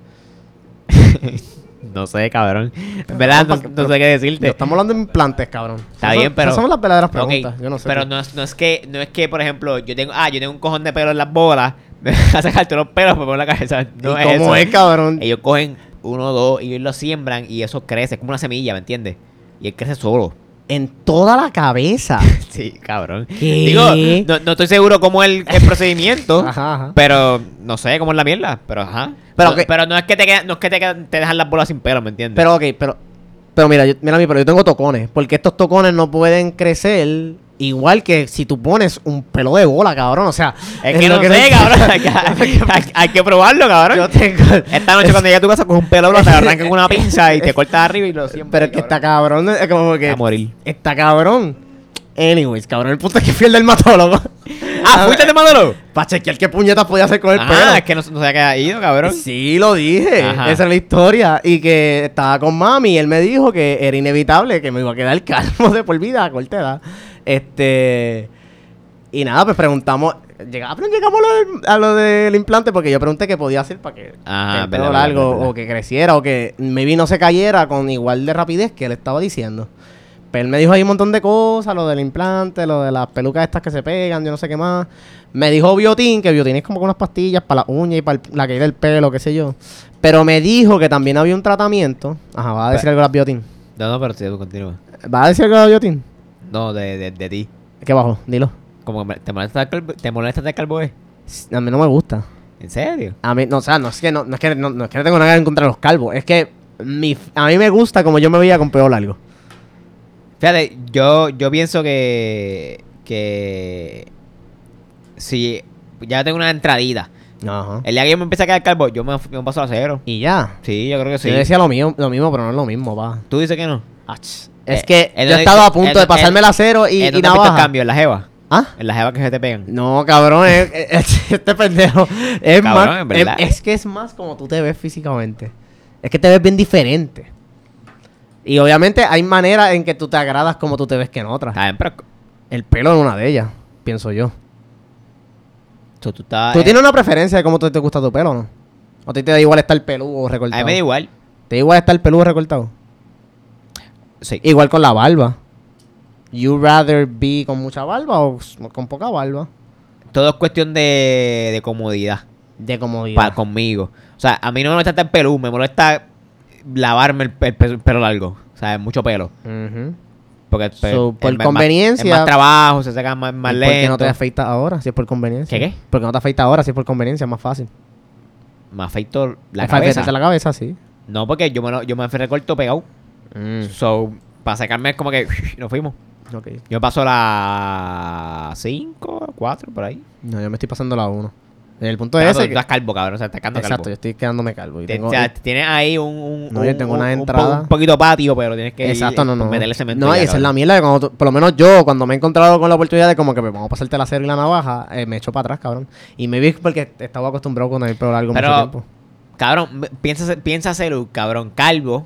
No sé, cabrón. En verdad, no sé qué decirte. No estamos hablando de implantes, cabrón. Está bien, pero... Esas son las verdaderas Ok, preguntas. Yo no sé. pero no es que, por ejemplo, yo tengo un cojón de pelo en las bolas, me voy a sacar todos los pelos por la cabeza. No ¿Y es cómo eso. es, cabrón? Ellos cogen uno o dos y lo siembran y eso crece, es como una semilla, ¿me entiendes? Y él crece solo. En toda la cabeza. Sí, cabrón. ¿Qué? Digo, no estoy seguro cómo es el procedimiento, Ajá. pero no sé cómo es la mierda, pero ajá. Pero No, que- pero no es que te dejan las bolas sin pelo, ¿me entiendes? Pero ok, pero mira, mira a mí, pero yo tengo tocones. Porque estos tocones no pueden crecer igual que si tú pones un pelo de bola, cabrón. O sea, es que lo no sé, cabrón. Hay que probarlo, cabrón. Yo tengo... Esta noche cuando llegue a tu casa coges un pelo, te arrancan con una pinza y te cortas arriba y lo siembras. Pero es que está cabrón, es como que... A morir. Está cabrón. Anyways, cabrón, el punto es que fui el dermatólogo. Ah, ¿fuiste de Maduro? Para chequear qué puñetas podía hacer con el pelo. Ah, es que no se había ido, cabrón. Sí, lo dije. Ajá. Esa es la historia. Y que estaba con mami y él me dijo que era inevitable, que me iba a quedar calvo de por vida a corta edad. Y nada, pues preguntamos. Llegamos a lo del implante porque yo pregunté qué podía hacer para que Ah, el pelo verdad, largo verdad. o que creciera o que maybe no se cayera con igual de rapidez que él estaba diciendo. Pero él me dijo ahí un montón de cosas, lo del implante, lo de las pelucas estas que se pegan, yo no sé qué más. Me dijo Biotin, que Biotin es como con unas pastillas para las uñas y para la caída del pelo, qué sé yo. Pero me dijo que también había un tratamiento. Ajá, ¿va a decir algo de las Biotin? No, pero sí, continúa. ¿Va a decir algo de Biotin? No, de ti. ¿Qué bajo? Dilo. Como que te molesta el calvo, A mí no me gusta. ¿En serio? A mí, no, o sea, no es que no tengo nada en contra de los calvos. Es que a mí me gusta como yo me veía con pelo largo. Fíjate, yo pienso que si ya tengo una entradita, Ajá. el día que yo me empiece a quedar calvo, yo me paso a cero. Y ya. Sí, yo creo que sí. Yo decía lo mismo, pero no es lo mismo, pa. ¿Tú dices que no? Ach. Es que ¿en yo he dónde- estado a punto de en- pasarme la cero y ¿En dónde has visto el navaja. cambio? ¿En la jeva? ¿Ah? ¿En la jeva que se te pegan? No, cabrón, este pendejo. Es Cabrón, más. en verdad. Es que es más como tú te ves físicamente. Es que te ves bien diferente. Y obviamente hay maneras en que tú te agradas como tú te ves que en otras. Está bien, pero El pelo es una de ellas, pienso yo. tú estás... ¿Tú tienes una preferencia de cómo te gusta tu pelo o no? ¿O a ti te da igual estar peludo o A recortado? mí me da igual. ¿Te da igual estar peludo o recortado? Sí. Igual con la barba. You rather be con mucha barba o con poca barba? Todo es cuestión de comodidad De comodidad. conmigo. O sea, a mí no me molesta estar peludo, me molesta lavarme el pelo largo. O sea, mucho pelo. Ujú. Porque So, por es más- conveniencia- es más trabajo, se saca más ¿Y lento. ¿Por qué no te afeitas ahora si es por conveniencia? ¿Qué? ¿Por qué no te afeitas ahora si es por conveniencia? Es más fácil. Me afeito la Es cabeza. afeitarte la cabeza, sí. No, porque yo me recorto pegado. So, para sacarme es como que nos fuimos. Ok. Yo me paso la 5, 4, por ahí. No, yo me estoy pasando la 1. El punto Claro, es ese. tú estás calvo, cabrón. O sea, estás quedando Exacto, yo calvo. estoy quedándome calvo. Y O tengo, sea, tienes ahí un No, yo tengo una entrada. un poquito patio, pero tienes que exacto, no. meterle cemento. No, ya, y esa es la cabrón. mierda de cuando por lo menos yo, cuando me he encontrado con la oportunidad de como que pues, vamos a pasarte la cero y la navaja, me echo para atrás, cabrón. Y me vi porque estaba acostumbrado con el pelo largo Pero- mucho tiempo. Cabrón, piensa hacer, cabrón, calvo.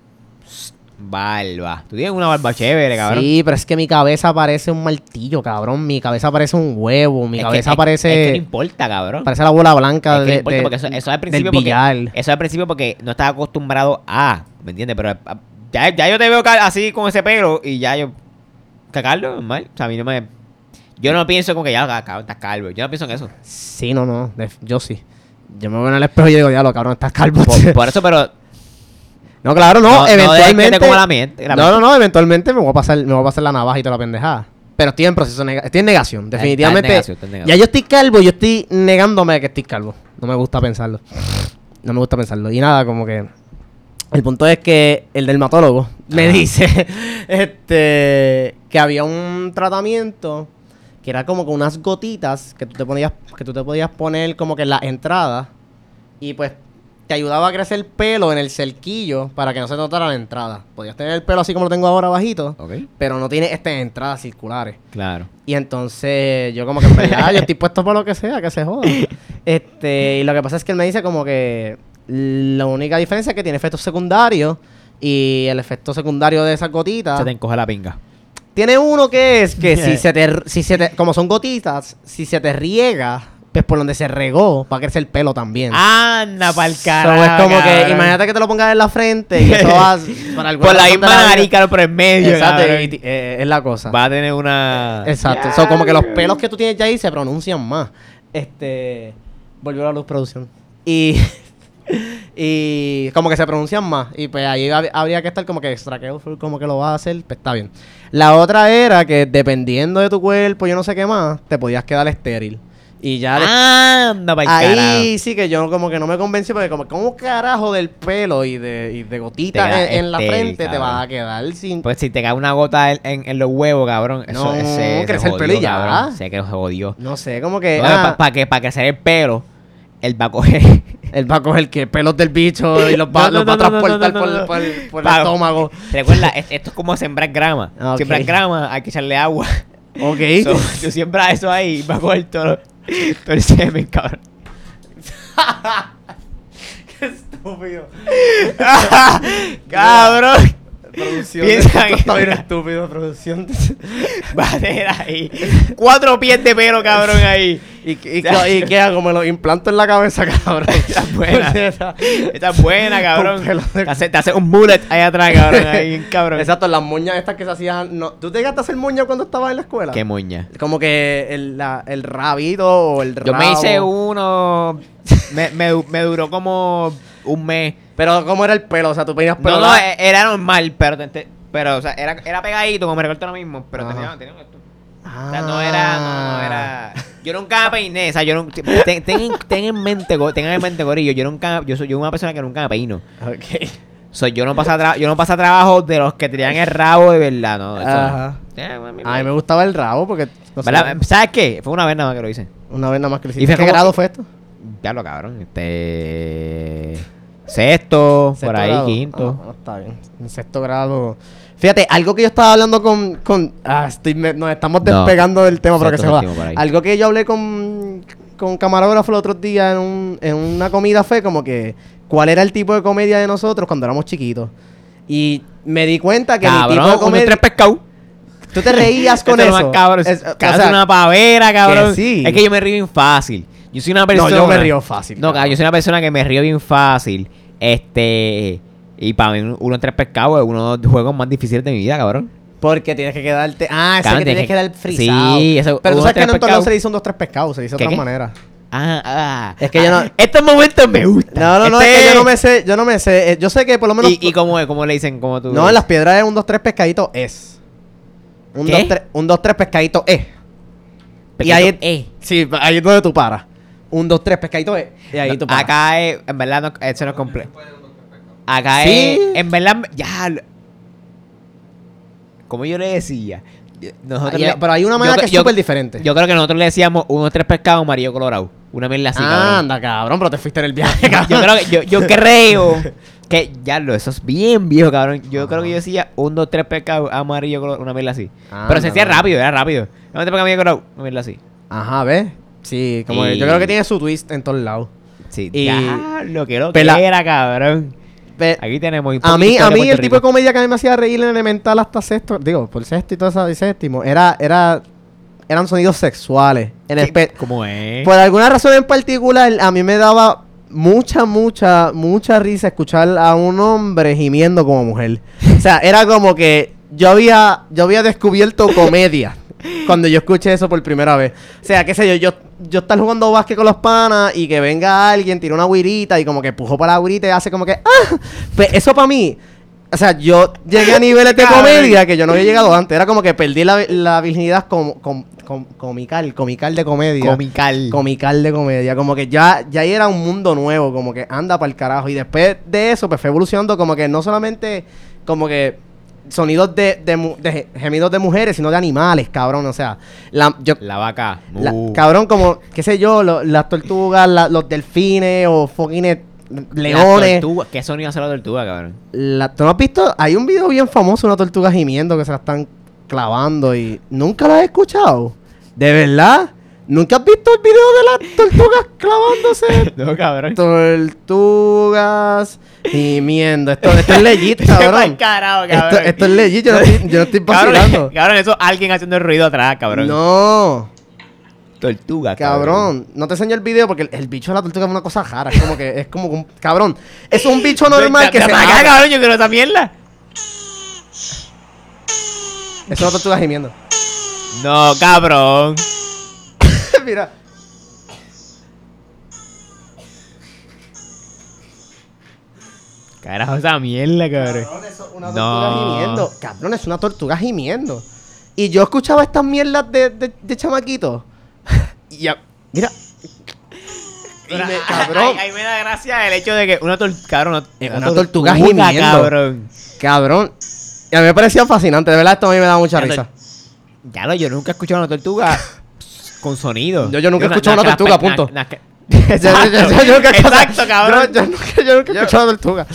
Barba. Tú tienes una barba chévere, cabrón. Sí, pero es que mi cabeza parece un martillo, cabrón. Mi cabeza parece un huevo. Mi Es cabeza que, parece. Es que no importa, cabrón. Parece la bola blanca Es que no de, importa, de- porque eso al del principio billar. eso al principio porque no estaba acostumbrado a, ¿me entiendes? Pero ya yo te veo así con ese pelo y ya yo cagarlo, normal. O sea, a mí no me yo no pienso como que ya, cabrón, estás calvo. Yo no pienso en eso. Sí, yo sí. Yo me veo en el espejo y digo, diablo, cabrón, estás calvo. Por eso, pero No, claro, no, eventualmente. No, eventualmente me voy a pasar la navaja y toda la pendejada. Pero estoy en proceso, estoy en negación, definitivamente. Está en negación. Ya yo estoy calvo, yo estoy negándome de que estoy calvo. No me gusta pensarlo. Y nada, como que el punto es que el dermatólogo me dice que había un tratamiento que era como con unas gotitas que tú te podías poner como que en la entrada y pues te ayudaba a crecer el pelo en el cerquillo para que no se notara la entrada. Podías tener el pelo así como lo tengo ahora bajito, pero no tiene entradas circulares. Claro. Y entonces yo como que en verdad yo estoy puesto para lo que sea, que se joda. Y lo que pasa es que él me dice como que la única diferencia es que tiene efectos secundarios y el efecto secundario de esas gotitas... Se te encoge la pinga. Tiene uno que es que si se te... Como son gotitas, si se te riega... Pues por donde se regó, va a crecer el pelo también. Anda pa'l carajo. Es como que, imagínate que te lo pongas en la frente y eso va para alguna por la misma nariz, claro, por el medio. Exacto, es la cosa. Va a tener una... Exacto. Como que los pelos que tú tienes ya ahí se pronuncian más. Volvió la luz producción. Y como que se pronuncian más. Y pues ahí habría que estar como que extra careful, como que lo vas a hacer, pues está bien. La otra era que dependiendo de tu cuerpo, yo no sé qué más, te podías quedar estéril. Y ya anda pa'l ahí carajo. sí que yo como que no me convencí porque como carajo del pelo y de gotitas en la frente cabrón. Te vas a quedar sin... Pues si te cae una gota en los huevos, cabrón. No, eso crece el pelo y ya. Cabrón. Sé que se jodió. No sé, como que... Para crecer el pelo, él va a coger... Él va a coger que pelos del bicho y los va a transportar por el estómago. Recuerda, esto es como sembrar grama. Okay. Sembrar grama, hay que echarle agua. Ok. Tú siembras eso ahí y va a coger todo el semen, cabrón. Qué estúpido. Cabrón. Producción. Esto está bien estúpido, producción. Va a tener ahí 4 pies de pelo, cabrón, ahí. ¿Y qué hago? Me lo implanto en la cabeza, cabrón. Esta es buena. Esta es buena, cabrón. Te hace un mullet ahí atrás, cabrón. Ahí, cabrón. Exacto, las moñas estas que se hacían... No. ¿Tú te llegaste a hacer moña cuando estabas en la escuela? ¿Qué moña? Como que el rabito o el rabo. Yo me hice uno... me duró como un mes. Pero ¿cómo era el pelo? O sea, tú peinas pelo... No, era normal, pero o sea, era pegadito, como me recorto ahora mismo. Pero tenía esto. O sea, no era... Yo nunca me peiné, o sea, yo no... Tengan en mente, gorillo, yo soy una persona que nunca me peino. Ok. So, yo no pasaba trabajo de los que tenían el rabo de verdad, ¿no? Eso, ajá. A mí me gustaba el rabo porque... No sé, ¿sabes qué? Fue una vez nada más que lo hice. Una vez nada más que lo hice. ¿Y qué grado fue esto? Ya lo cabrón, sexto, por ahí, grado. quinto. No, está bien. En sexto grado. Fíjate, algo que yo estaba hablando nos estamos despegando del tema, pero que se va. Algo que yo hablé con camarógrafo el otro día en una comida fue como que cuál era el tipo de comedia de nosotros cuando éramos chiquitos. Y me di cuenta que cabrón, mi tipo de comedia... 3 pescados. ¿Tú te reías con eso? Casi una pavera, cabrón. Sí. Es que yo me río bien fácil. Yo soy una persona... No, yo me río fácil. No, yo soy una persona que me río bien fácil. Y para mí, 1 en 3 pescados es uno de los juegos más difíciles de mi vida, cabrón. Porque tienes que quedarte... Cabrón, ese que tienes que quedar frisado. Sí, eso... Pero tú sabes que en entorno se le hizo un 2-3 pescados. Se dice de otra manera. Es que yo no... Estos momentos me gustan. No, es que yo no me sé. Yo sé que por lo menos... ¿Y cómo es? ¿Cómo le dicen? ¿Cómo tú...? No, en las piedras es un 2-3 pescaditos es. Un 2-3 pescaditos es. Y ahí... Sí, ahí es donde tú paras. Un 2-3 pescaditos es. Y ahí tú paras. Acá es... En verdad, no, eso no es completo. Acá ¿Sí? es... En verdad... Ya... Como yo le decía... Pero hay una manera que es súper diferente. Yo creo que nosotros le decíamos 1 3 pescados amarillo colorado. Una mierda así, cabrón. Anda, cabrón, pero te fuiste en el viaje, cabrón. Yo creo que ya eso es bien viejo, cabrón. Yo creo que yo decía 1 2 3 pescados amarillo colorado, una mierda así. Pero se hacía rápido, era rápido. 1 2 3 pescados amarillo colorado, una mierda así. Ajá, ¿ves? Sí, como yo creo que tiene su twist en todos lados. Sí, y ya, lo que era, cabrón. Aquí tenemos a mí el tipo de comedia que a mí me hacía reír en elemental hasta sexto, digo, por sexto y todo eso y séptimo, eran sonidos sexuales. ¿Cómo es? Por alguna razón en particular, a mí me daba mucha risa escuchar a un hombre gimiendo como mujer. O sea, era como que yo había descubierto comedia. cuando yo escuché eso por primera vez. O sea, qué sé yo estar jugando básquet con los panas y que venga alguien, tira una guirita y como que empujó para la guirita y hace como que ¡ah! Pues eso para mí, o sea, yo llegué a niveles de comedia que yo no había llegado antes. Era como que perdí la virginidad comical de comedia. Comical de comedia. Como que ya ahí era un mundo nuevo, como que anda para el carajo. Y después de eso, pues fue evolucionando como que no solamente como que sonidos de gemidos de mujeres, sino de animales, cabrón. O sea, La vaca. cabrón, como, qué sé yo, las tortugas, los delfines o fucking leones. ¿Qué sonido hace la tortuga, cabrón? ¿Tú no has visto? Hay un video bien famoso de una tortuga gimiendo que se la están clavando y nunca la he escuchado. ¿De verdad? ¿Nunca has visto el video de las tortugas clavándose? No, cabrón. Tortugas gimiendo. Esto es legit, cabrón. Carajo, cabrón. Esto es legit, yo no estoy vacilando. Cabrón, eso es alguien haciendo ruido atrás, cabrón. No. Tortuga, cabrón. No te enseño el video porque el bicho de la tortuga es una cosa rara. Es como un... Cabrón. Eso es un bicho normal que se... cabrón, yo quiero esa mierda. Eso es una tortuga gimiendo. No, cabrón. Mira. Carajo, esa mierda, cabrón. Cabrón, eso es una tortuga gimiendo. Cabrón, es una tortuga gimiendo. Y yo escuchaba estas mierdas de chamaquito. Y ya, mira. Cabrón. Ahí me da gracia el hecho de que una tortuga gimiendo. Cabrón. Cabrón. Y a mí me parecía fascinante. De verdad, esto a mí me da mucha risa. Yo nunca he escuchado una tortuga con sonido. Yo nunca he escuchado una tortuga, punto. Exacto, cabrón. Yo nunca he escuchado una tortuga.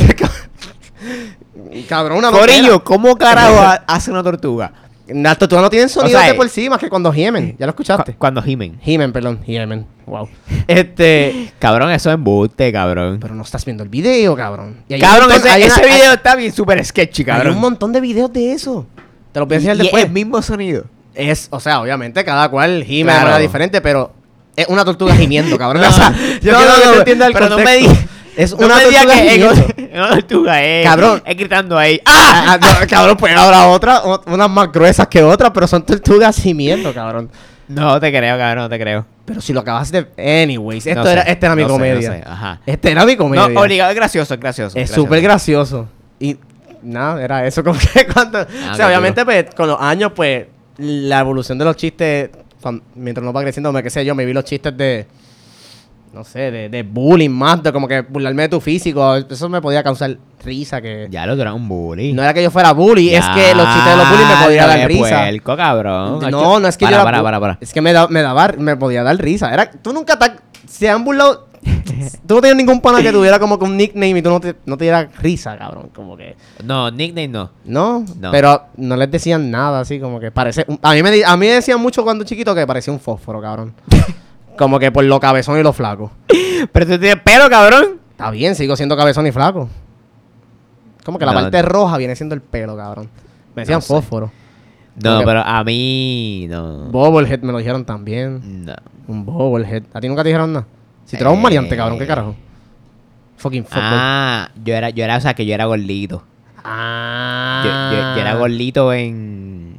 Cabrón, una Corillo, ¿cómo carajo hace una tortuga? Las tortugas no tienen sonido de por sí, más que cuando gimen. ¿Ya lo escuchaste? Cuando gimen. Gimen. Wow. Cabrón, eso es embuste, cabrón. Pero no estás viendo el video, cabrón. Cabrón, ese video está bien súper sketchy, cabrón. Hay un montón de videos de eso. Te lo voy a enseñar después. Es el mismo sonido. O sea, obviamente cada cual gime de manera diferente, pero es una tortuga gimiendo, cabrón. O sea, yo quiero que te entiendas el contexto. No me digas. Es una tortuga gimiendo. Una tortuga, cabrón. Es gritando ahí. No, cabrón, pues habrá unas más gruesas que otras, pero son tortugas gimiendo, cabrón. No te creo, cabrón, no te creo. Pero si lo acabas de... Anyways, este era mi comedia. No sé, ajá. Este era mi comedia. No, obligado, es gracioso. Es súper gracioso. Y nada, era eso como que cuando... o sea, obviamente, pues, con los años, pues, la evolución de los chistes, mientras uno va creciendo, qué sé yo, me vi los chistes de... No sé, de bullying más, de como que burlarme de tu físico. Eso me podía causar risa. Que ya lo era un bully. No era que yo fuera bully, es que los chistes de los bullies me podían dar risa. Puerco, cabrón. No es que para. Es que me podía dar risa. Tú nunca se han burlado. Tú no tenías ningún pana que tuviera como que un nickname y tú no te dieras risa, cabrón. Como que... No, nickname no. No, pero no les decían nada así como que parece... A mí me decían mucho cuando chiquito que parecía un fósforo, cabrón. Como que por lo cabezón y lo flaco. Pero tú tienes pelo, cabrón. Está bien, sigo siendo cabezón y flaco. Como que la parte roja viene siendo el pelo, cabrón. Me decían fósforo. No, pero a mí no. Bobblehead me lo dijeron también. No. Un bobblehead. ¿A ti nunca te dijeron nada? Si tú eras un maleante, cabrón, ¿qué carajo? Fucking fuckboy. Yo era gordito. Yo era gordito en...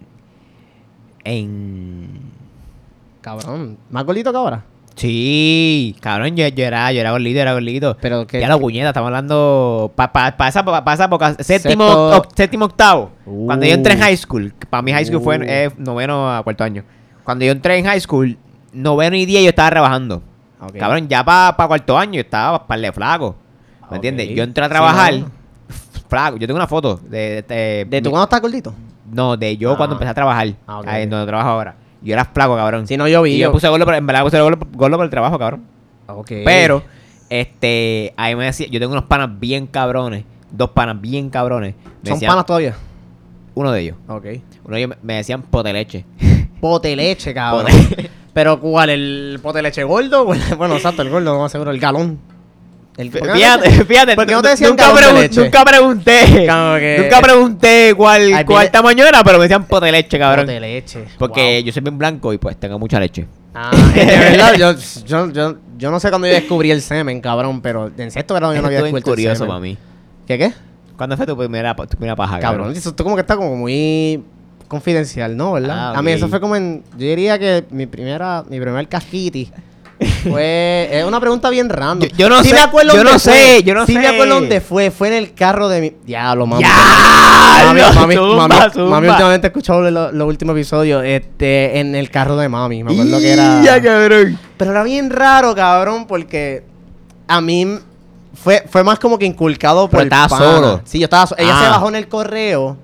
Cabrón, ¿más gordito que ahora? Sí, cabrón, yo era gordito. Pero que... Ya la puñeta, estamos hablando... Para esa época, séptimo, octavo. Cuando yo entré en high school, para mí high school fue noveno a cuarto año. Cuando yo entré en high school, noveno y 10 yo estaba trabajando. Okay. Cabrón, ya para cuarto año yo estaba para el flaco. ¿Me entiendes? Yo entré a trabajar flaco. Yo tengo una foto de tú cuando estás gordito? No, de yo cuando empecé a trabajar. Ahí donde trabajo ahora. Yo era flaco, cabrón. Sí, no, yo vi. Y yo puse gordo, en verdad puse gordo por el trabajo, cabrón. Ok. Pero, ahí me decía, yo tengo unos panas bien cabrones. 2 panas bien cabrones. ¿Son panas todavía? Uno de ellos. Ok. Uno de ellos me decían poteleche. Poteleche, cabrón. Pero ¿cuál? ¿El poteleche gordo? Bueno, exacto, el gordo, no seguro, el galón. Fíjate, ¿por qué no te decían nunca pregunté. Nunca pregunté cuál tamaño era, pero me decían poteleche, cabrón. Poteleche. Porque yo soy bien blanco y pues tengo mucha leche. De verdad, yo no sé cuándo yo descubrí el semen, cabrón, pero en sexto grado yo no había descubierto el semen. Curioso para mí. ¿Qué? ¿Cuándo fue tu primera paja, cabrón? Eso tú como que está como muy confidencial, ¿no? ¿Verdad? Ah, A mí ok. eso fue como yo diría que mi primer casquiti fue... Es una pregunta bien random. Yo no Sí sé, me acuerdo yo no dónde sé, fue. yo no Sí sé. me acuerdo dónde fue. Fue en el carro de mi... Diablo, mami. Mami, Zumba. últimamente he escuchado los últimos episodios en el carro de mami. Me acuerdo que era... Ya, cabrón. Pero era bien raro, cabrón, porque a mí fue más como que inculcado por Pero estaba pana. solo. Sí, yo estaba solo. Ella Ah. se bajó en el correo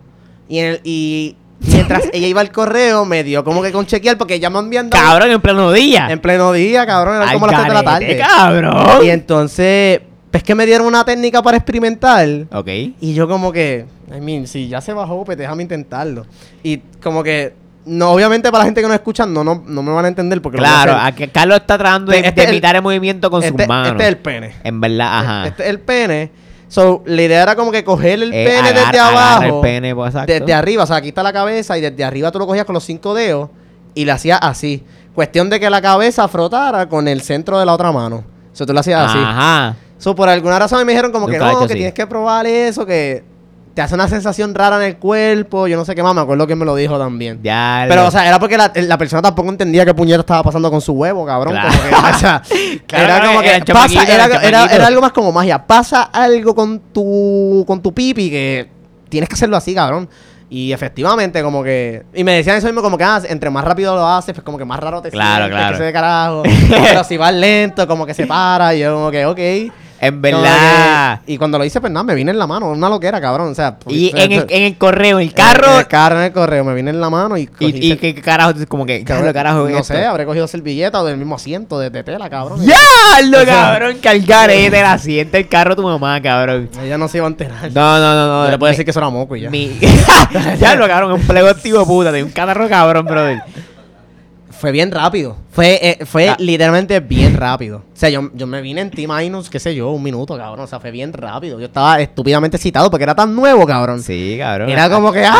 y mientras ella iba al correo me dio como que con chequear porque ya me habían dado Cabrón, en pleno día. en pleno día, cabrón, eran Al como las 3 de la garete, tarde. cabrón. Y entonces, pues que me dieron una técnica para experimentar. Ok. Y yo como que, si ya se bajó, pues déjame intentarlo. Y como que, no, obviamente para la gente que nos escucha no me van a entender porque lo voy a Claro, hacer. a que Carlos está tratando de Este es el- imitar el movimiento con sus manos. Este es el pene. En verdad, ajá. Este es el pene. So, la idea era como que coger el pene desde agarra abajo. el pene, pues, exacto. Desde arriba, o sea, aquí está la cabeza y desde arriba tú lo cogías con los 5 dedos y le hacías así. Cuestión de que la cabeza frotara con el centro de la otra mano. So, tú lo hacías así. Ajá. So, por alguna razón me dijeron como que Nunca lo he no, hecho que así. tienes que probar eso, que te hace una sensación rara en el cuerpo. Yo no sé qué más, me acuerdo que me lo dijo también. Ya. Pero, o sea, era porque la persona tampoco entendía qué puñeta estaba pasando con su huevo, cabrón. Claro. Como que, o sea, Claro, era como era que el chamaquito, pasa, era el chamaquito. era algo más como magia. Pasa algo con tu pipi que tienes que hacerlo así, cabrón. Y efectivamente, como que... Y me decían eso mismo, como que entre más rápido lo haces, pues como que más raro te Claro, sientes, claro. que se de carajo. Pero si vas lento, como que se para. Y yo como que, ok. En Como verdad. que- y cuando lo hice, pues nada, me vine en la mano. Una loquera, cabrón. O sea... Y pues, en el correo, en el carro. en el correo, me vine en la mano y... cogí Y qué carajo, como que, carajo, no esto? sé, habré cogido servilleta o del mismo asiento de tela, cabrón. ¡Ya! O sea, Cabrón, cargar el asiento del carro de tu mamá, cabrón. Ella no se iba a enterar. No. Yo le puedo mi- decir que eso era moco y ya. Ya lo cabrón, un plego activo puta, de un catarro cabrón, brother. Fue bien rápido. Fue Ah. literalmente bien rápido. O sea, yo me vine en T-minus, qué sé yo, un minuto, cabrón. O sea, fue bien rápido. Yo estaba estúpidamente excitado porque era tan nuevo, cabrón. Sí, cabrón. Era como que... ¡ah!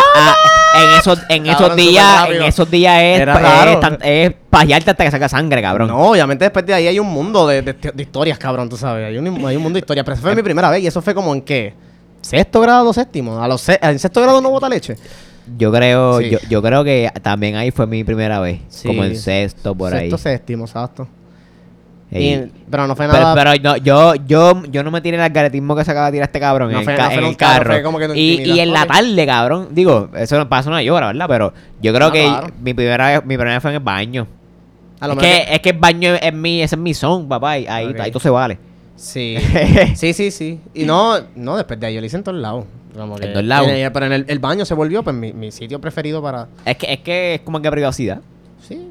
En esos Cabrón, días, súper rápido. en esos días Era raro. es pajearte hasta que saca sangre, cabrón. No, obviamente después de ahí hay un mundo de historias, cabrón, tú sabes. Hay un mundo de historias. Pero esa fue mi primera vez y eso fue como en qué? ¿Sexto grado, séptimo? En sexto grado no bota leche. Yo creo, Sí. yo creo que también ahí fue mi primera vez. Sí. Como en sexto, por ahí. Sexto, séptimo, exacto. Ey. Pero no fue Pero, nada... pero no, yo no me tiré el algaretismo que se acaba de tirar este cabrón No en, fue- el, no ca- fue en en el un carro, carro. fue como que tu Y intimidad. en la Ok. tarde, cabrón. Digo, eso para eso no llora, ¿verdad? Pero yo creo Ah, que claro. mi primera vez fue en el baño. A lo Es mejor que el baño ese es mi son, papá. Y ahí, Ok. ahí todo se vale. Sí. Sí. Y no, después de ahí yo lo hice en todos lados. Como que- ¿En todos lados? Pero en el baño se volvió pues mi sitio preferido para... Es que es como que privacidad. Sí.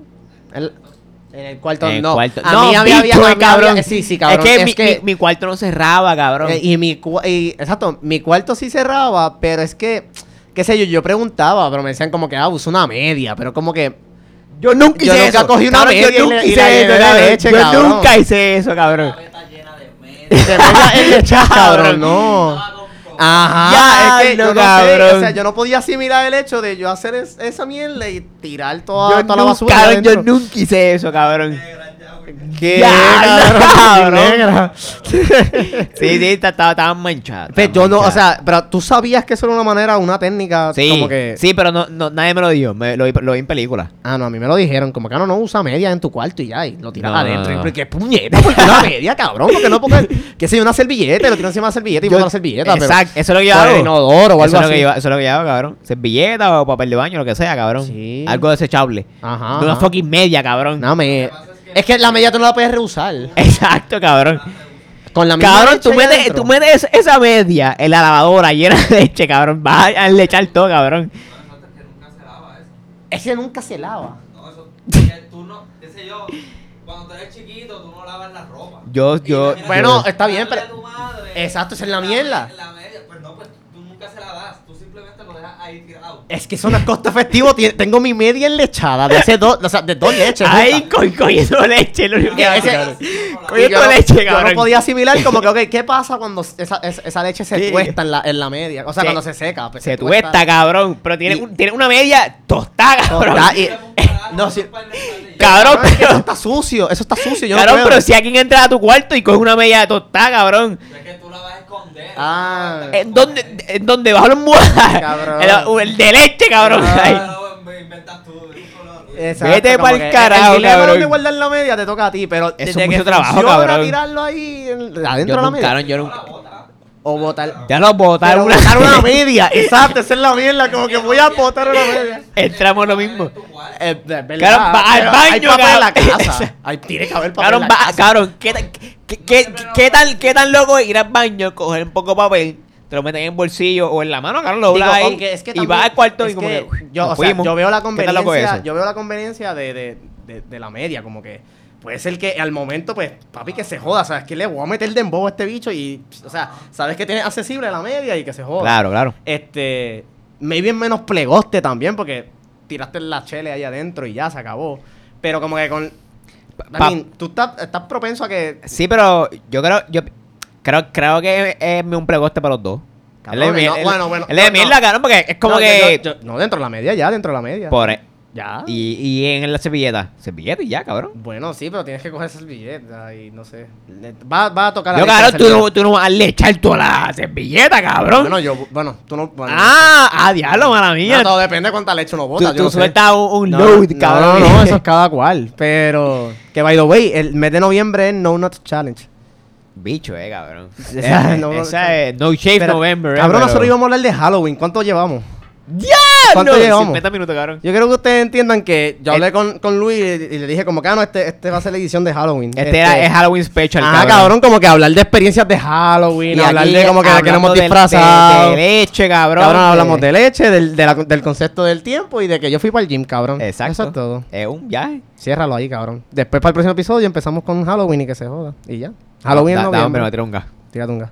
En el cuarto En el no. cuarto- A no, mí había... bicho, a mí cabrón. había- sí, cabrón. Es que mi cuarto no cerraba, cabrón. Exacto, mi cuarto sí cerraba, pero es que... Qué sé yo preguntaba, pero me decían como que, usa una media, pero como que... Yo nunca Yo hice nunca eso. cogí una Cabrón, media yo y nunca le- y hice la eso, llevé de cabrón. leche, Yo cabrón. nunca hice eso, cabrón. La gaveta llena de medias. De media en leche, cabrón, no. Estaba con coco. Ajá, Ya, es que yo no, no sé, cabrón. o sea, yo no podía asimilar el hecho de yo hacer esa mierda y tirar toda la Cabrón, basura yo adentro. nunca hice eso, cabrón. ¿Qué? Ya, Cabrón, cabrón. negra. Sí, estaban manchadas. Pero yo estaban no, o manchadas. sea, pero tú sabías que eso era una manera, una técnica, Sí, como que... sí, pero nadie me lo dijo. Lo vi en película. Ah, no, a mí me lo dijeron, como que no usa media en tu cuarto y ya, y lo tiras No, adentro. no, no. Y, pero qué puñeta, ¿por qué una media, cabrón? ¿Por qué no pongas, qué sé yo, una servilleta y lo tiras encima de la servilleta y botas la servilleta? Exacto, eso es lo que yo por el hago. inodoro o algo Eso es lo así. que yo, eso es lo que yo hago, cabrón. Servilleta o papel de baño, lo que sea, cabrón. Sí. Algo desechable. Ajá, De una ajá. fucking media, cabrón. No, es que la media tú no la puedes reusar. Exacto, cabrón. Con la misma Cabrón, leche ahí adentro. tú metes esa media en la lavadora llena de leche, cabrón. Vas a echar todo, cabrón. No, eso es que nunca se lava eso. Ese nunca se lava. No, eso que tú no, qué sé yo, cuando tú eres chiquito, tú no lavas la ropa. Yo- Imagínate Bueno, que está bien, darle pero- a tu madre Exacto, esa es la mierda. La media, pues no, pues tú nunca se la das, tú simplemente lo dejas ahí tirado. Es que eso no es costo efectivo. Tengo mi media enlechada de hace dos, o sea, de 2 leches. Ay, cogiendo leche, lo único que hago, Ese- cabrón. Y Cogiendo yo no- leche, Yo cabrón. no podía asimilar como que, ok, ¿qué pasa cuando esa leche se Sí. tuesta en la media? O sea, Se- cuando se seca. Pues Se tuesta, cabrón. Pero tiene, Y- tiene una media tostada, cabrón. Tostada y- no, sí. Cabrón, Cabrón, es que pero- eso está sucio. Eso está sucio. Yo no Cabrón, puedo. pero si alguien entra a tu cuarto y coge una media tostada, cabrón. Es que tú la vas a esconder. Ah. ¿En dónde bajo los muebles? Cabrón. El de leche, cabrón. Ah. Ay. Pero, inventas tú, es un problema tuyo. Exacto, Vete como pa'l que carajo, el dilema cabrón. donde guardar la media te toca a ti, pero Eso es desde mucho que trabajo, funciona cabrón. tirarlo ahí adentro Yo de la nunca, media. cabrón, yo No nunca. la botas. O botar. Ya los botar Pero una. botar una media, exacto, esa es la mierda, como que voy a botar una media. Entramos lo mismo. Verdad, Cabrón, va al pero baño, hay papel en la cabrón. casa. Tiene que haber papel Cabrón, en la casa. cabrón, ¿qué tan loco es ir al baño, coger un poco de papel, te lo meten en el bolsillo o en la mano, cabrón, lo Digo, doblas ahí aunque es que y también- vas al cuarto es y como que que yo, nos o sea, fuimos. yo veo la ¿Qué tan loco es conveniencia, eso? yo veo la conveniencia de la media, como que puede ser que al momento, pues, papi, que se joda, ¿sabes? Que le voy a meter de embobo a este bicho y, o sea, sabes que tienes accesible la media y que se joda. Claro, claro. Maybe menos plegoste también, porque tiraste la chele ahí adentro y ya se acabó. Pero como que con... tú estás propenso a que... Sí, pero yo creo que es un pregoste para los dos. Cabrón, Él es bueno, él es de no, mierda, no. cabrón, porque es como No, que... no, dentro de la media ya, dentro de la media. Ya. Y en la servilleta y ya, cabrón. Bueno, sí, pero tienes que coger servilleta y no sé. Va a tocar Yo, leche cabrón, la servilleta. tú no vas a echar toda la servilleta, cabrón. Bueno, tú no... Bueno, Diablo, mala mía. no, todo depende de cuánta leche uno bota. Tú sueltas un No, load, no, cabrón. no, eso es cada cual. Pero, que by the way, el mes de noviembre es No Nut Challenge. Bicho, cabrón. Esa es Esa es No Shave Pero, November, cabrón, pero- nosotros íbamos a hablar de Halloween. ¿Cuánto llevamos? ¡Diablo! ¿Cuánto llevamos? 50 minutos, cabrón. Yo quiero que ustedes entiendan que yo hablé con Luis y le dije como que, no, este va a ser la edición de Halloween. Es Halloween Special, Ajá, cabrón, como que hablar de experiencias de Halloween, Y hablar aquí de como que nos hablando hemos de disfrazado. De leche, cabrón. Cabrón, hablamos de leche, del concepto del tiempo y de que yo fui para el gym, cabrón. Exacto. Eso es todo. Es un viaje. Ciérralo ahí, cabrón. Después para el próximo episodio empezamos con Halloween y que se joda. Y ya. Halloween en Hombre, noviembre. me tiró un gas. Tírate un gas.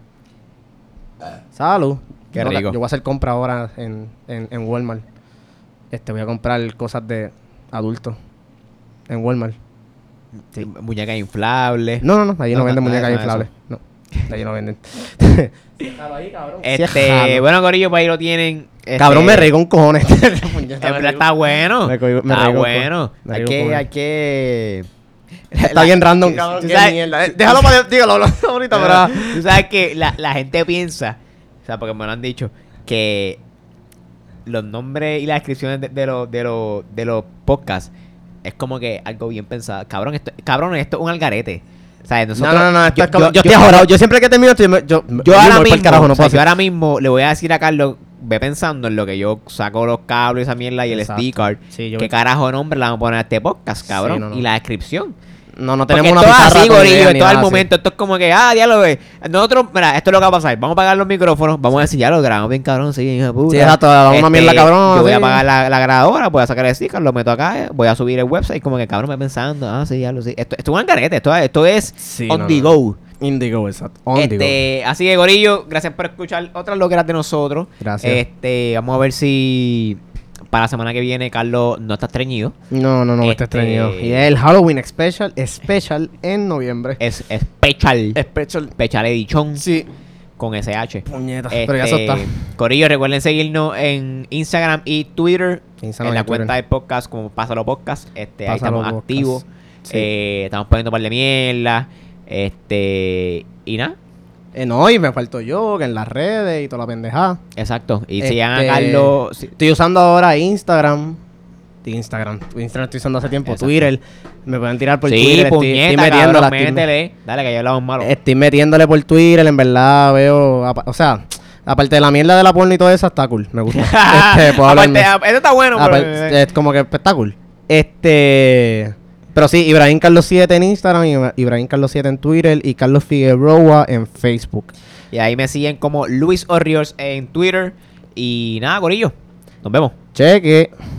Salud. Qué No, rico. Yo voy a hacer compra ahora en Walmart. Voy a comprar cosas de adultos en Walmart. Sí. Muñecas inflables. No. Allí no, No, venden no, muñecas no, inflables. No. Allí no venden. Déjalo ahí, cabrón. Bueno, Corillo, pues ahí lo tienen. Cabrón, me reí con cojones. Pero está bueno. Me Está reí con bueno. me reí con cojones. Hay que... Está bien random, cabrón. Tú Qué sabes- mierda. Déjalo para... Dígalo ahorita, pero... Tú sabes que la gente piensa, o sea, porque me lo han dicho, que los nombres y las descripciones de los podcasts es como que algo bien pensado. Cabrón, esto es un algarete. O sea, nosotros, No. Esto es como... Yo estoy ahorrado. Yo siempre que termino... Yo ahora voy mismo, pa'l carajo, no o sea, puedo yo hacer. ahora mismo le voy a decir a Carlos, ve pensando en lo que yo saco los cables y esa mierda y el Exacto. SD card. Sí, yo ¿Qué voy- carajo de nombre le vamos a poner a este podcast, cabrón? Sí, no. Y la descripción. No Porque tenemos esto una es pizarra así, con gorillo, ideas ni esto es al nada así. momento, esto es como que, diálogo, nosotros, mira, esto es lo que va a pasar, vamos a apagar los micrófonos, vamos a decir, ya lo grabamos bien cabrón, sí, hija de puta. Sí, exacto, damos una mierda cabrón, Yo voy a sí. apagar la grabadora, voy a sacar el sticker, lo meto acá, voy a subir el website, como que cabrón, me pensando, sí, ya lo sé. Esto es un algarete, esto es Sí, on no, the no. go. Indigo, exacto. On the go. Así que, gorillo, gracias por escuchar otras loqueras de nosotros. Gracias. Vamos a ver si para la semana que viene Carlos no está estreñido. No, está estreñido. Y es el Halloween special en noviembre. Es special. Special. Special Edition. Sí. Con SH. Puñeta, pero ya eso está. Corillo, recuerden seguirnos en Instagram y Twitter. Instagram en y la Twitter. cuenta del podcast como Pásalo Podcast. Ahí Pásalo estamos Podcast. activos. Sí. Estamos poniendo un par de mierda. Y nada. No, y me faltó yo, que en las redes y toda la pendejada. Exacto. Y sigan a Este, Carlos. Estoy usando ahora Instagram estoy usando hace tiempo. Exacto. Twitter. Me pueden tirar por Sí, Twitter. puñeta, estoy metiéndole. cabrón, métele. Dale, que ya hablamos malo. Estoy metiéndole por Twitter, en verdad veo... O sea, aparte de la mierda de la porno y todo eso, está cool. Me gusta. Puedo Aparte, hablarme. eso está bueno, Es como que está cool. Pero sí, Ibrahim Carlos 7 en Instagram, Ibrahim Carlos 7 en Twitter y Carlos Figueroa en Facebook. Y ahí me siguen como Luis Orrios en Twitter. Y nada, gorillo. Nos vemos. Cheque.